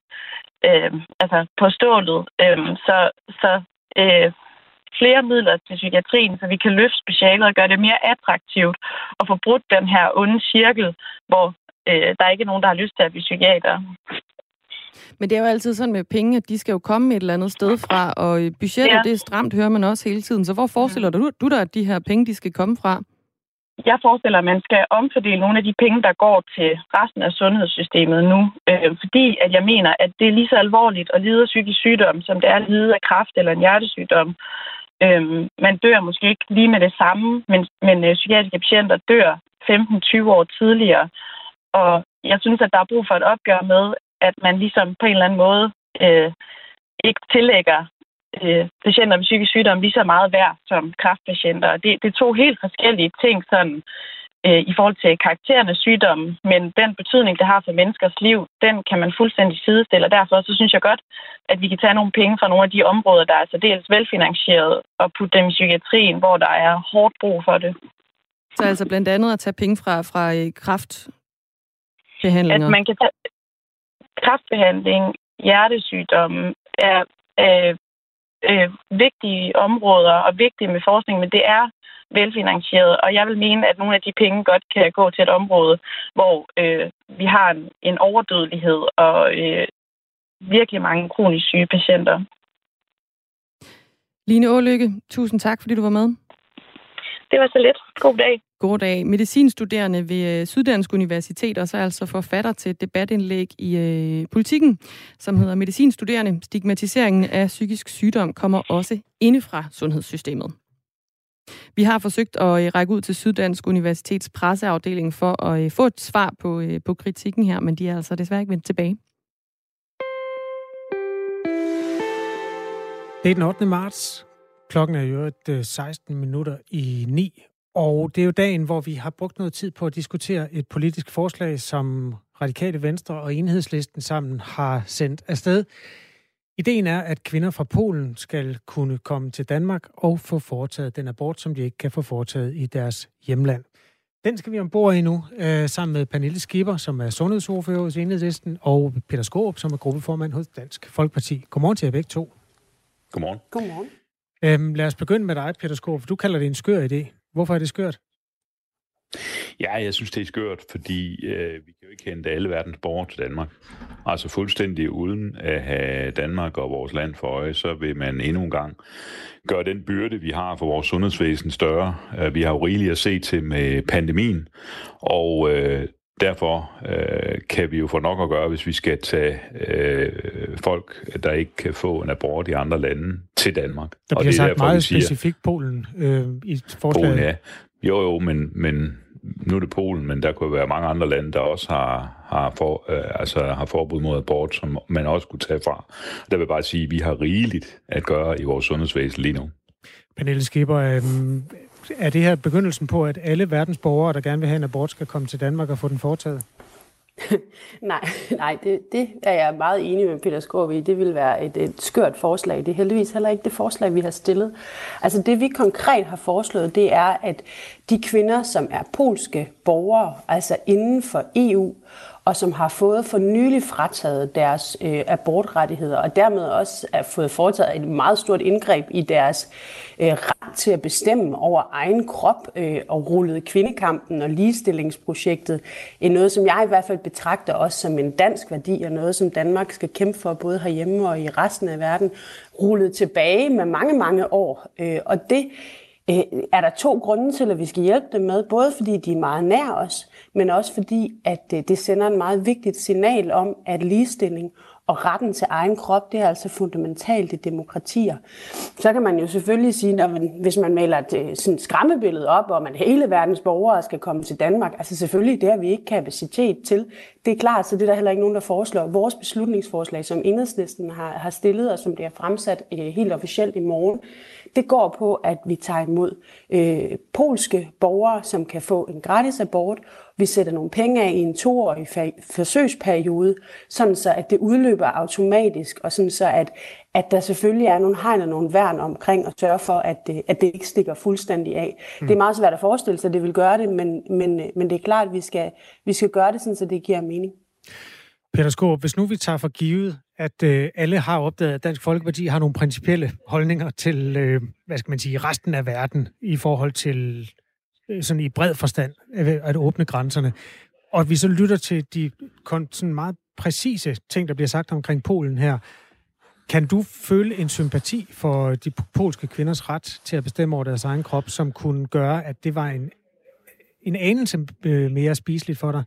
på stålet. Så flere midler til psykiatrien, så vi kan løfte specialet og gøre det mere attraktivt og få brudt den her onde cirkel, hvor der ikke er nogen, der har lyst til at blive psykiater. Men det er jo altid sådan med penge, at de skal jo komme et eller andet sted fra, og budgettet, det er stramt, hører man også hele tiden. Så hvor forestiller du dig, at de her penge, de skal komme fra? Jeg forestiller, at man skal omfordele nogle af de penge, der går til resten af sundhedssystemet nu. Fordi at jeg mener, at det er lige så alvorligt at lide af psykisk sygdom, som det er at lide af kræft eller en hjertesygdom. Man dør måske ikke lige med det samme, men psykiatriske patienter dør 15-20 år tidligere. Og jeg synes, at der er brug for et opgør med, at man ligesom på en eller anden måde ikke tillægger patienter med psykisk sygdom lige så meget værd som kræftpatienter. Det er to helt forskellige ting sådan, i forhold til karakteren af sygdommen, men den betydning, det har for menneskers liv, den kan man fuldstændig sidestille, og derfor så synes jeg godt, at vi kan tage nogle penge fra nogle af de områder, der er særdeles velfinansieret, og putte dem i psykiatrien, hvor der er hårdt brug for det. Så altså blandt andet at tage penge fra kræftbehandlinger? At man kan tage kræftbehandling, hjertesygdomme er vigtige områder og vigtige med forskning, men det er velfinansieret, og jeg vil mene, at nogle af de penge godt kan gå til et område, hvor vi har en overdødelighed og virkelig mange kronisk syge patienter. Line Ålykke, tusind tak, fordi du var med. Det var så lidt. God dag. God dag. Medicinstuderende ved Syddansk Universitet, og så altså forfatter til et debatindlæg i Politikken, som hedder Medicinstuderende. Stigmatiseringen af psykisk sygdom kommer også inde fra sundhedssystemet. Vi har forsøgt at række ud til Syddansk Universitets presseafdeling for at få et svar på kritikken her, men de er altså desværre ikke vendt tilbage. Det er den 8. marts. Klokken er jo 16 minutter i 9, og det er jo dagen, hvor vi har brugt noget tid på at diskutere et politisk forslag, som Radikale Venstre og Enhedslisten sammen har sendt afsted. Ideen er, at kvinder fra Polen skal kunne komme til Danmark og få foretaget den abort, som de ikke kan få foretaget i deres hjemland. Den skal vi ombord i nu, sammen med Pernille Skipper, som er sundhedsordfører hos Enhedslisten, og Peter Skaarup, som er gruppeformand hos Dansk Folkeparti. Godmorgen til jer begge to. Godmorgen. Godmorgen. Lad os begynde med dig, Peter Skaarup. Du kalder det en skør idé. Hvorfor er det skørt? Ja, jeg synes, det er skørt, fordi vi kan jo jo ikke hente alle verdens borgere til Danmark. Altså fuldstændig uden at have Danmark og vores land for øje, så vil man endnu en gang gøre den byrde, vi har for vores sundhedsvæsen større. Vi har jo rigeligt at se til med pandemien, og derfor kan vi jo få nok at gøre, hvis vi skal tage folk, der ikke kan få en abort i andre lande, til Danmark. Der bliver sagt derfor, meget specifikt Polen i forslaget. Polen, ja. Jo, men nu er det Polen, men der kunne være mange andre lande, der også har forbud mod abort, som man også kunne tage fra. Der vil bare sige, at vi har rigeligt at gøre i vores sundhedsvæsen lige nu. Pernille Skipper, er det her begyndelsen på, at alle verdens borgere, der gerne vil have en abort, skal komme til Danmark og få den foretaget? Nej, det er jeg meget enig med Peter Skaarup i. Det vil være et skørt forslag. Det er heldigvis heller ikke det forslag, vi har stillet. Altså det, vi konkret har foreslået, det er, at de kvinder, som er polske borgere, altså inden for EU, og som har fået for nylig frataget deres abortrettigheder, og dermed også er fået foretaget et meget stort indgreb i deres ret til at bestemme over egen krop og rullet kvindekampen og ligestillingsprojektet. Noget, som jeg i hvert fald betragter også som en dansk værdi, og noget, som Danmark skal kæmpe for, både herhjemme og i resten af verden, rullet tilbage med mange, mange år. Og det er der 2 grunde til, at vi skal hjælpe dem med. Både fordi de er meget nær os, men også fordi, at det sender et meget vigtigt signal om, at ligestilling og retten til egen krop, det er altså fundamentalt i demokratier. Så kan man jo selvfølgelig sige, at hvis man maler et sådan skræmmebillede op, om at hele verdens borgere skal komme til Danmark, altså selvfølgelig, det har vi ikke kapacitet til. Det er klart, så det er der heller ikke nogen, der foreslår. Vores beslutningsforslag, som Enhedslisten har stillet, og som bliver fremsat helt officielt i morgen, det går på, at vi tager imod polske borgere, som kan få en gratis abort. Vi sætter nogle penge af i en 2-årig forsøgsperiode, sådan så at det udløber automatisk, og sådan så at der selvfølgelig er nogle hegn og nogle værn omkring at sørge for, at det ikke stikker fuldstændig af. Det er meget svært at forestille sig, at det vil gøre det, men det er klart, at vi skal gøre det, sådan så det giver mening. Peter Skaarup, hvis nu vi tager for givet, at alle har opdaget, at Dansk Folkeparti har nogle principielle holdninger til, resten af verden i forhold til sådan i bred forstand at åbne grænserne, og at vi så lytter til de sådan meget præcise ting, der bliver sagt omkring Polen her, kan du føle en sympati for de polske kvinders ret til at bestemme over deres egen krop, som kunne gøre, at det var en anelse mere spiseligt for dig?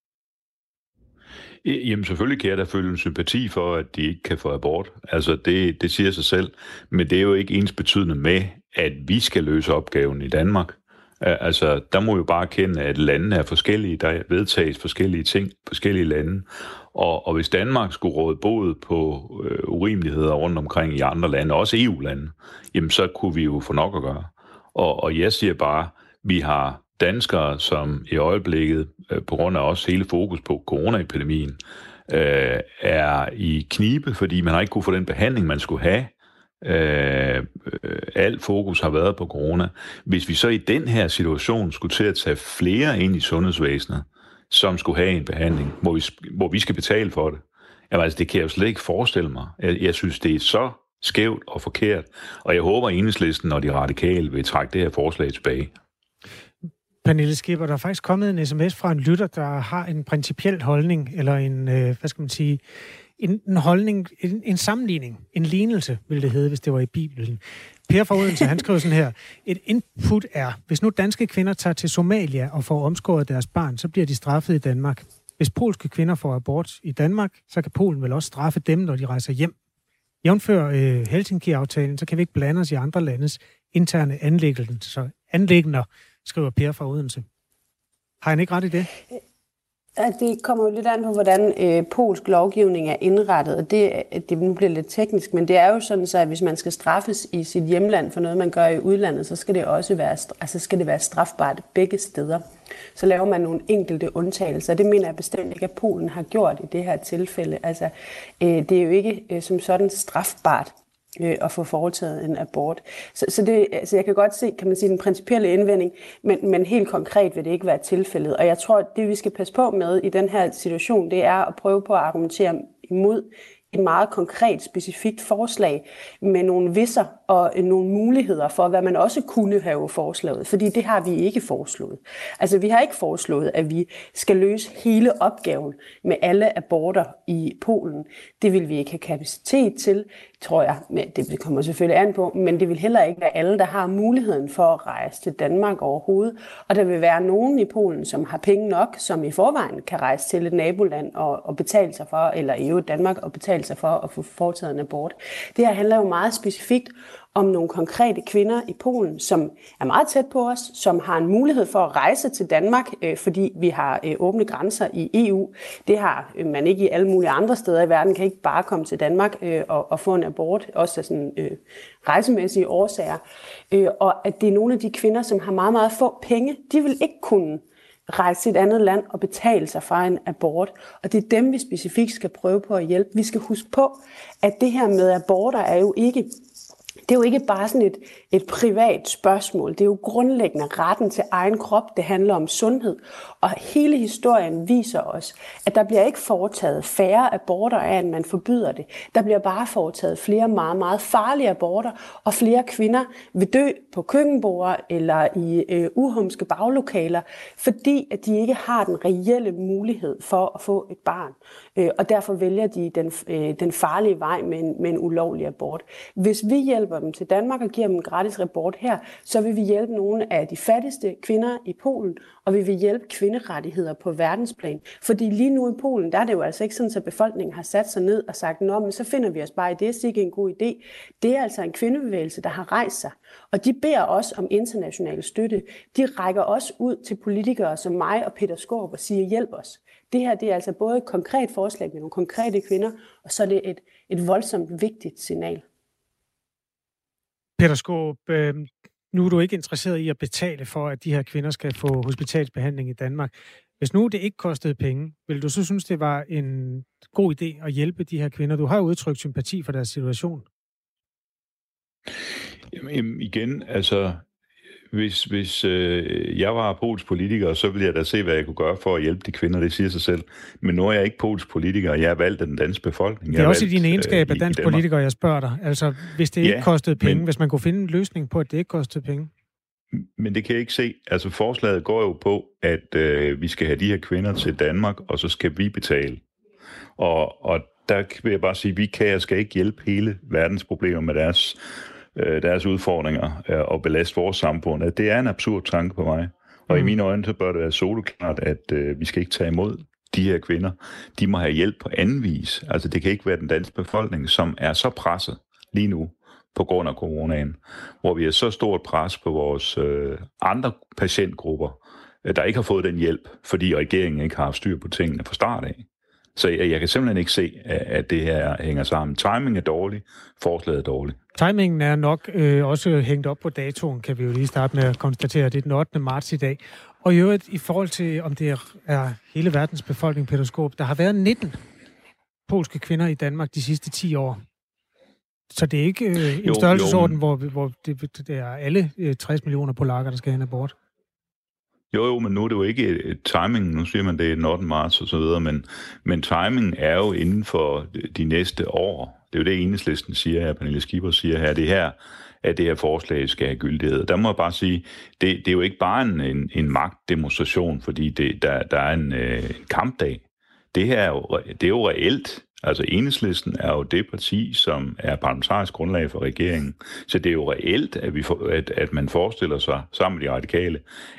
Jamen selvfølgelig kan jeg da føle en sympati for, at de ikke kan få abort. Altså det siger sig selv. Men det er jo ikke ensbetydende med, at vi skal løse opgaven i Danmark. Altså der må vi jo bare erkende, at landene er forskellige. Der vedtages forskellige ting, forskellige lande. Og hvis Danmark skulle råde bod på urimeligheder rundt omkring i andre lande, også EU-lande, jamen så kunne vi jo få nok at gøre. Og jeg siger bare, vi har danskere, som i øjeblikket, på grund af også hele fokus på coronaepidemien, er i knibe, fordi man har ikke kunne få den behandling, man skulle have. Alt fokus har været på corona. Hvis vi så i den her situation skulle til at tage flere ind i sundhedsvæsenet, som skulle have en behandling, hvor vi skal betale for det, jamen, altså, det kan jeg jo slet ikke forestille mig. Jeg synes, det er så skævt og forkert, og jeg håber, at Enhedslisten og de radikale vil trække det her forslag tilbage. Pernille Skipper, der er faktisk kommet en sms fra en lytter, der har en principiel holdning, eller en holdning, en sammenligning, en lignelse, ville det hedde, hvis det var i Bibelen. Per fra Odense, han skriver sådan her: et input er, hvis nu danske kvinder tager til Somalia og får omskåret deres barn, så bliver de straffet i Danmark. Hvis polske kvinder får abort i Danmark, så kan Polen vel også straffe dem, når de rejser hjem. Jævnfør Helsinki-aftalen, så kan vi ikke blande os i andre landes interne anliggender, skriver Per fra Odense. Har han ikke ret i det? Det kommer jo lidt an på, hvordan polsk lovgivning er indrettet, og det nu bliver lidt teknisk, men det er jo sådan, så at hvis man skal straffes i sit hjemland for noget, man gør i udlandet, så skal det også være strafbart begge steder. Så laver man nogle enkelte undtagelser. Det mener jeg bestemt ikke, at Polen har gjort i det her tilfælde. Altså, det er jo ikke som sådan strafbart at få foretaget en abort. Så jeg kan godt se, kan man sige, den principielle indvending, men helt konkret vil det ikke være tilfældet. Og jeg tror, at det vi skal passe på med i den her situation, det er at prøve på at argumentere imod et meget konkret, specifikt forslag med nogle visser og nogle muligheder for, hvad man også kunne have foreslået. Fordi det har vi ikke foreslået. Altså, vi har ikke foreslået, at vi skal løse hele opgaven med alle aborter i Polen. Det vil vi ikke have kapacitet til, tror jeg. Men det kommer selvfølgelig an på, men det vil heller ikke være alle, der har muligheden for at rejse til Danmark overhovedet. Og der vil være nogen i Polen, som har penge nok, som i forvejen kan rejse til et naboland og betale sig for, eller i øvrigt Danmark og betale sig for at få foretaget en abort. Det her handler jo meget specifikt om nogle konkrete kvinder i Polen, som er meget tæt på os, som har en mulighed for at rejse til Danmark, fordi vi har åbne grænser i EU. Det har man ikke i alle mulige andre steder i verden, kan ikke bare komme til Danmark og få en abort, også af sådan rejsemæssige årsager. Og at det er nogle af de kvinder, som har meget, meget få penge, de vil ikke kunne rejse til et andet land og betale sig for en abort. Og det er dem, vi specifikt skal prøve på at hjælpe. Vi skal huske på, at det her med aborter er jo ikke... Det er jo ikke bare sådan et privat spørgsmål. Det er jo grundlæggende retten til egen krop. Det handler om sundhed. Og hele historien viser os, at der bliver ikke foretaget færre aborter af, end man forbyder det. Der bliver bare foretaget flere meget, meget farlige aborter, og flere kvinder vil dø på køkkenborde eller i uhumske baglokaler, fordi at de ikke har den reelle mulighed for at få et barn. Og derfor vælger de den farlige vej med en ulovlig abort. Hvis vi hjælper dem til Danmark og giver dem en gratis abort her, så vil vi hjælpe nogle af de fattigste kvinder i Polen, og vi vil hjælpe kvinderettigheder på verdensplan. Fordi lige nu i Polen, der er det jo altså ikke sådan, at befolkningen har sat sig ned og sagt, nå, men så finder vi os bare i det, så ikke en god idé. Det er altså en kvindebevægelse, der har rejst sig. Og de beder også om international støtte. De rækker også ud til politikere som mig og Peter Skaarup og siger, hjælp os. Det her, det er altså både et konkret forslag med nogle konkrete kvinder, og så er det et voldsomt vigtigt signal. Peter Skaarup, nu er du ikke interesseret i at betale for, at de her kvinder skal få hospitalsbehandling i Danmark. Hvis nu det ikke kostede penge, vil du så synes, det var en god idé at hjælpe de her kvinder? Du har jo udtrykt sympati for deres situation. Jamen igen, altså... Hvis jeg var polsk politiker, så ville jeg da se, hvad jeg kunne gøre for at hjælpe de kvinder, det siger sig selv. Men nu er jeg ikke polsk politiker, og jeg er valgt af den danske befolkning. Det er også i din egenskab af dansk politiker, jeg spørger dig. Altså, hvis det ikke kostede penge, hvis man kunne finde en løsning på, at det ikke kostede penge. Men det kan jeg ikke se. Altså, forslaget går jo på, at vi skal have de her kvinder til Danmark, og så skal vi betale. Og der vil jeg bare sige, at vi kan og skal ikke hjælpe hele verdens problemer med deres udfordringer og belaste vores samfund. At det er en absurd tanke på mig. Og i mine øjne, så bør det være soleklart, at vi skal ikke tage imod de her kvinder. De må have hjælp på anden vis. Altså, det kan ikke være den danske befolkning, som er så presset lige nu på grund af coronaen, hvor vi har så stort pres på vores andre patientgrupper, der ikke har fået den hjælp, fordi regeringen ikke har haft styr på tingene fra start af. Så jeg kan simpelthen ikke se, at det her hænger sammen. Timing er dårlig, forslaget er dårligt. Timingen er nok også hængt op på datoen, kan vi jo lige starte med at konstatere. Det er den 8. marts i dag. Og i øvrigt, i forhold til, om det er hele verdens befolkning, Peter Skaarup, der har været 19 polske kvinder i Danmark de sidste 10 år. Så det er ikke en størrelsesorden, hvor det er alle 60 millioner polakker, der skal have en abort. Jo, men nu er det jo ikke timingen. Nu siger man, det er den 8. marts og så videre, men timingen er jo inden for de næste år. Det er jo det, Enhedslisten siger, at Pernille Skipper siger her. Det her, at det her forslag skal have gyldighed. Der må jeg bare sige, det er jo ikke bare en magtdemonstration, fordi der er en kampdag. Det her det er jo reelt. Altså Enhedslisten er jo det parti, som er parlamentarisk grundlag for regeringen. Så det er jo reelt, at man forestiller sig sammen med de radikale,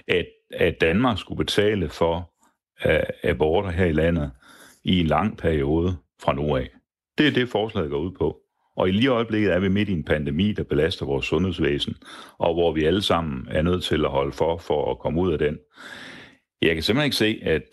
at Danmark skulle betale for aborter her i landet i en lang periode fra nu af. Det er det, forslaget går ud på. Og i lige øjeblikket er vi midt i en pandemi, der belaster vores sundhedsvæsen, og hvor vi alle sammen er nødt til at holde for at komme ud af den. Jeg kan simpelthen ikke se, at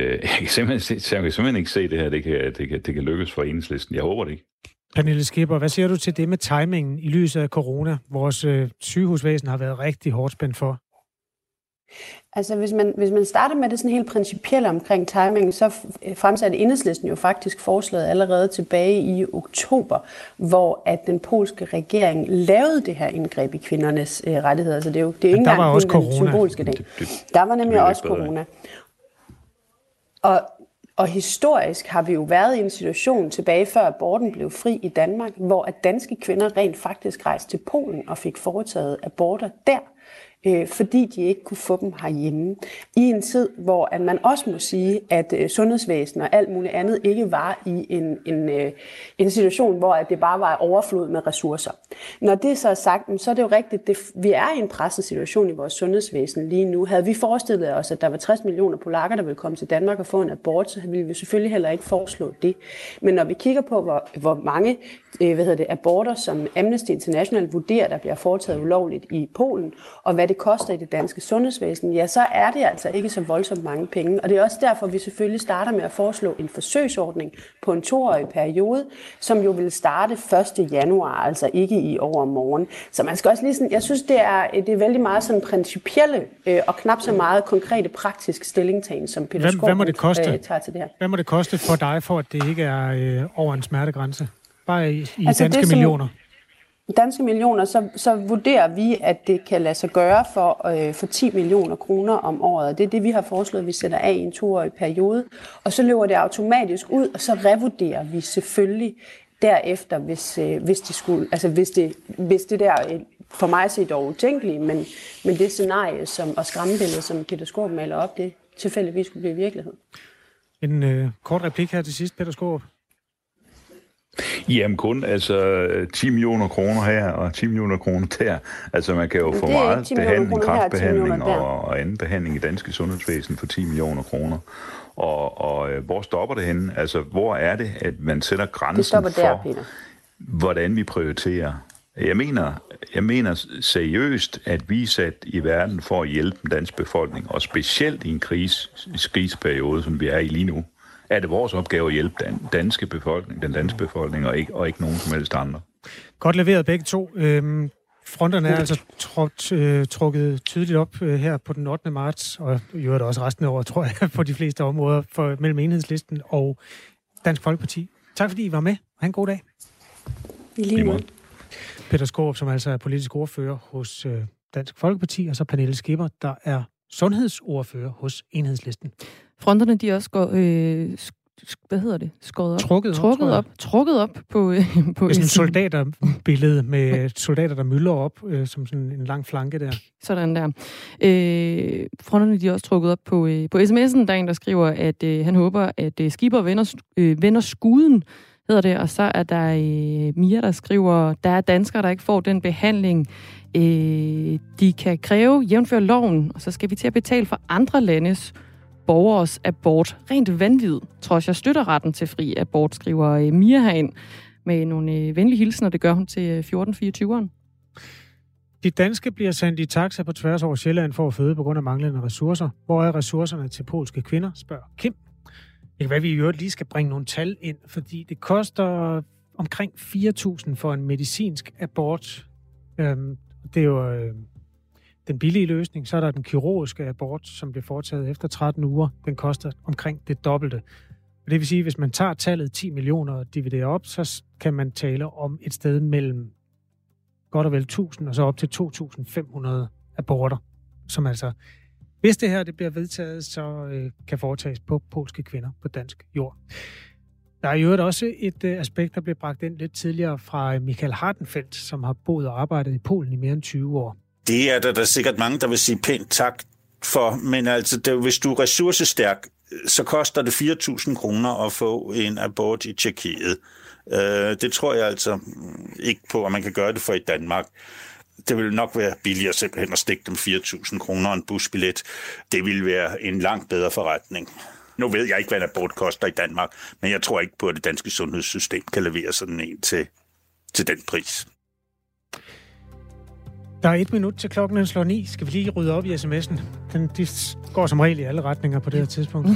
det her det kan lykkes for Enhedslisten. Jeg håber det ikke. Pernille Skipper, hvad siger du til det med timingen i lyset af corona? Vores sygehusvæsen har været rigtig hårdt spændt for. Altså, hvis man starter med det sådan helt principielle omkring timingen, så fremsatte Enhedslisten jo faktisk forslaget allerede tilbage i oktober, hvor at den polske regering lavede det her indgreb i kvindernes rettigheder. Så det er jo ikke engang også den symbolske dag. Der var nemlig også corona. Og Og historisk har vi jo været i en situation tilbage før aborten blev fri i Danmark, hvor at danske kvinder rent faktisk rejste til Polen og fik foretaget aborter der, fordi de ikke kunne få dem herhjemme. I en tid, hvor at man også må sige, at sundhedsvæsen og alt muligt andet ikke var i en situation, hvor at det bare var overflod med ressourcer. Når det så er sagt, så er det jo rigtigt, vi er i en presset situation i vores sundhedsvæsen lige nu. Havde vi forestillet os, at der var 60 millioner polakker, der ville komme til Danmark og få en abort, så ville vi selvfølgelig heller ikke foreslå det. Men når vi kigger på, hvor mange aborter, som Amnesty International vurderer, der bliver foretaget ulovligt i Polen, og hvad det koster i det danske sundhedsvæsen, ja, så er det altså ikke så voldsomt mange penge. Og det er også derfor, vi selvfølgelig starter med at foreslå en forsøgsordning på en 2-årig periode, som jo vil starte 1. januar, altså ikke i overmorgen. Så man skal også lige sådan, jeg synes, det er vældig meget sådan principielle og knap så meget konkrete praktisk stillingtagen, som Peter Skaarup tager til det her. Hvad må det koste for dig, for at det ikke er over en smertegrænse? Bare i altså danske millioner? Danske millioner, så vurderer vi, at det kan lade sig gøre for 10 millioner kroner om året. Det er det, vi har foreslået, at vi sætter af i en 2-årig periode. Og så løber det automatisk ud, og så revurderer vi selvfølgelig derefter, hvis det der, for mig set dog utænkeligt, men det scenarie og skræmmebillede, som Peter Skaarup maler op, det tilfældigvis skulle blive virkelighed. En kort replik her til sidst, Peter Skaarup. Jamen kun 10 millioner kroner her og 10 millioner kroner der. Altså man kan jo få meget behandling, kræftbehandling og anden behandling i danske sundhedsvæsen for 10 millioner kroner. Og hvor stopper det henne? Altså hvor er det, at man sætter grænsen for, hvordan vi prioriterer? Jeg mener seriøst, at vi er sat i verden for at hjælpe den danske befolkning, og specielt i en kriseperiode, som vi er i lige nu. Er det vores opgave at hjælpe den danske befolkning, og ikke nogen som helst andre. Godt leveret begge to. Fronterne er altså trukket tydeligt op her på den 8. marts, og i øvrigt også resten af året, tror jeg, på de fleste områder mellem Enhedslisten og Dansk Folkeparti. Tak fordi I var med. Ha' en god dag. I lige måde. Peter Skaarup, som altså er politisk ordfører hos Dansk Folkeparti, og så Pernille Skipper, der er sundhedsordfører hos Enhedslisten. Fronterne, de er også skåret op. Trukket op på det er sådan et soldaterbillede med soldater, der myldrer op, som sådan en lang flanke der. Sådan der. Fronterne, de er også trukket op på sms'en. Der er en, der skriver, at han håber, at Skipper vender skuden, hedder det. Og så er der Mia, der skriver, der er danskere, der ikke får den behandling, de kan kræve jævnfør loven, og så skal vi til at betale for andre landes borgers abort. Rent vanvid, trods jeg støtter retten til fri abort, skriver Mia herind med nogle venlige hilsener. Det gør hun til 1424'eren. De danske bliver sendt i taxa på tværs over Sjælland for at føde på grund af manglende ressourcer. Hvor er ressourcerne til polske kvinder, spørger Kim. Det kan være, at vi i øvrigt lige skal bringe nogle tal ind, fordi det koster omkring 4.000 for en medicinsk abort. Det er jo den billige løsning. Så er der den kirurgiske abort, som bliver foretaget efter 13 uger. Den koster omkring det dobbelte. Og det vil sige, at hvis man tager tallet 10 millioner og dividerer op, så kan man tale om et sted mellem godt og vel 1.000 og så op til 2.500 aborter, som altså, hvis det her det bliver vedtaget, så kan foretages på polske kvinder på dansk jord. Der er jo også et aspekt, der blev bragt ind lidt tidligere fra Michael Hartenfeldt, som har boet og arbejdet i Polen i mere end 20 år. Det er der sikkert mange, der vil sige pænt tak for, men altså, hvis du er ressourcestærk, så koster det 4.000 kroner at få en abort i Tjekkiet. Det tror jeg altså ikke på, at man kan gøre det for i Danmark. Det vil nok være billigere simpelthen at stikke dem 4.000 kroner og en busbillet. Det vil være en langt bedre forretning. Nu ved jeg ikke, hvad en abort koster i Danmark, men jeg tror ikke på, at det danske sundhedssystem kan levere sådan en til den pris. Der er 1 minut til klokken slår 9. Skal vi lige rydde op i sms'en? De går som regel i alle retninger på det her tidspunkt.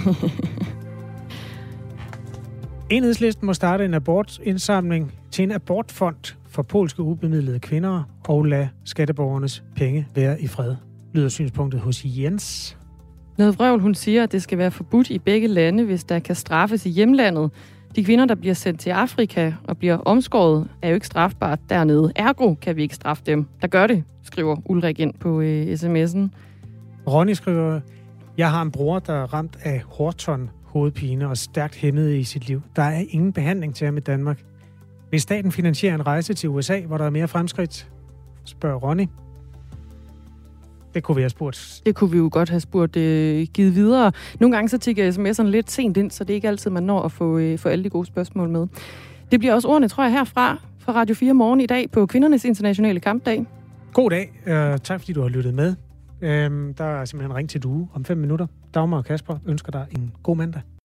Enhedslisten må starte en abortindsamling til en abortfond for polske ubemidlede kvinder og lade skatteborgernes penge være i fred, lyder synspunktet hos Jens. Noget vrøvl, hun siger, at det skal være forbudt i begge lande, hvis der kan straffes i hjemlandet. De kvinder, der bliver sendt til Afrika og bliver omskåret, er jo ikke strafbart dernede. Ergo kan vi ikke straffe dem, der gør det, skriver Ulrik ind på sms'en. Ronny skriver, jeg har en bror, der er ramt af Horton hovedpine og stærkt hæmmet i sit liv. Der er ingen behandling til ham i Danmark. Vil staten finansiere en rejse til USA, hvor der er mere fremskridt? Spørger Ronny. Det kunne vi have spurgt. Det kunne vi jo godt have spurgt givet videre. Nogle gange så tikker jeg sådan lidt sent ind, så det er ikke altid, man når at få alle de gode spørgsmål med. Det bliver også ordene, tror jeg, herfra fra Radio 4 Morgen i dag på Kvindernes Internationale Kampdag. God dag. Tak fordi du har lyttet med. Der er simpelthen ring til Due om 5 minutter. Dagmar og Kasper ønsker dig en god mandag.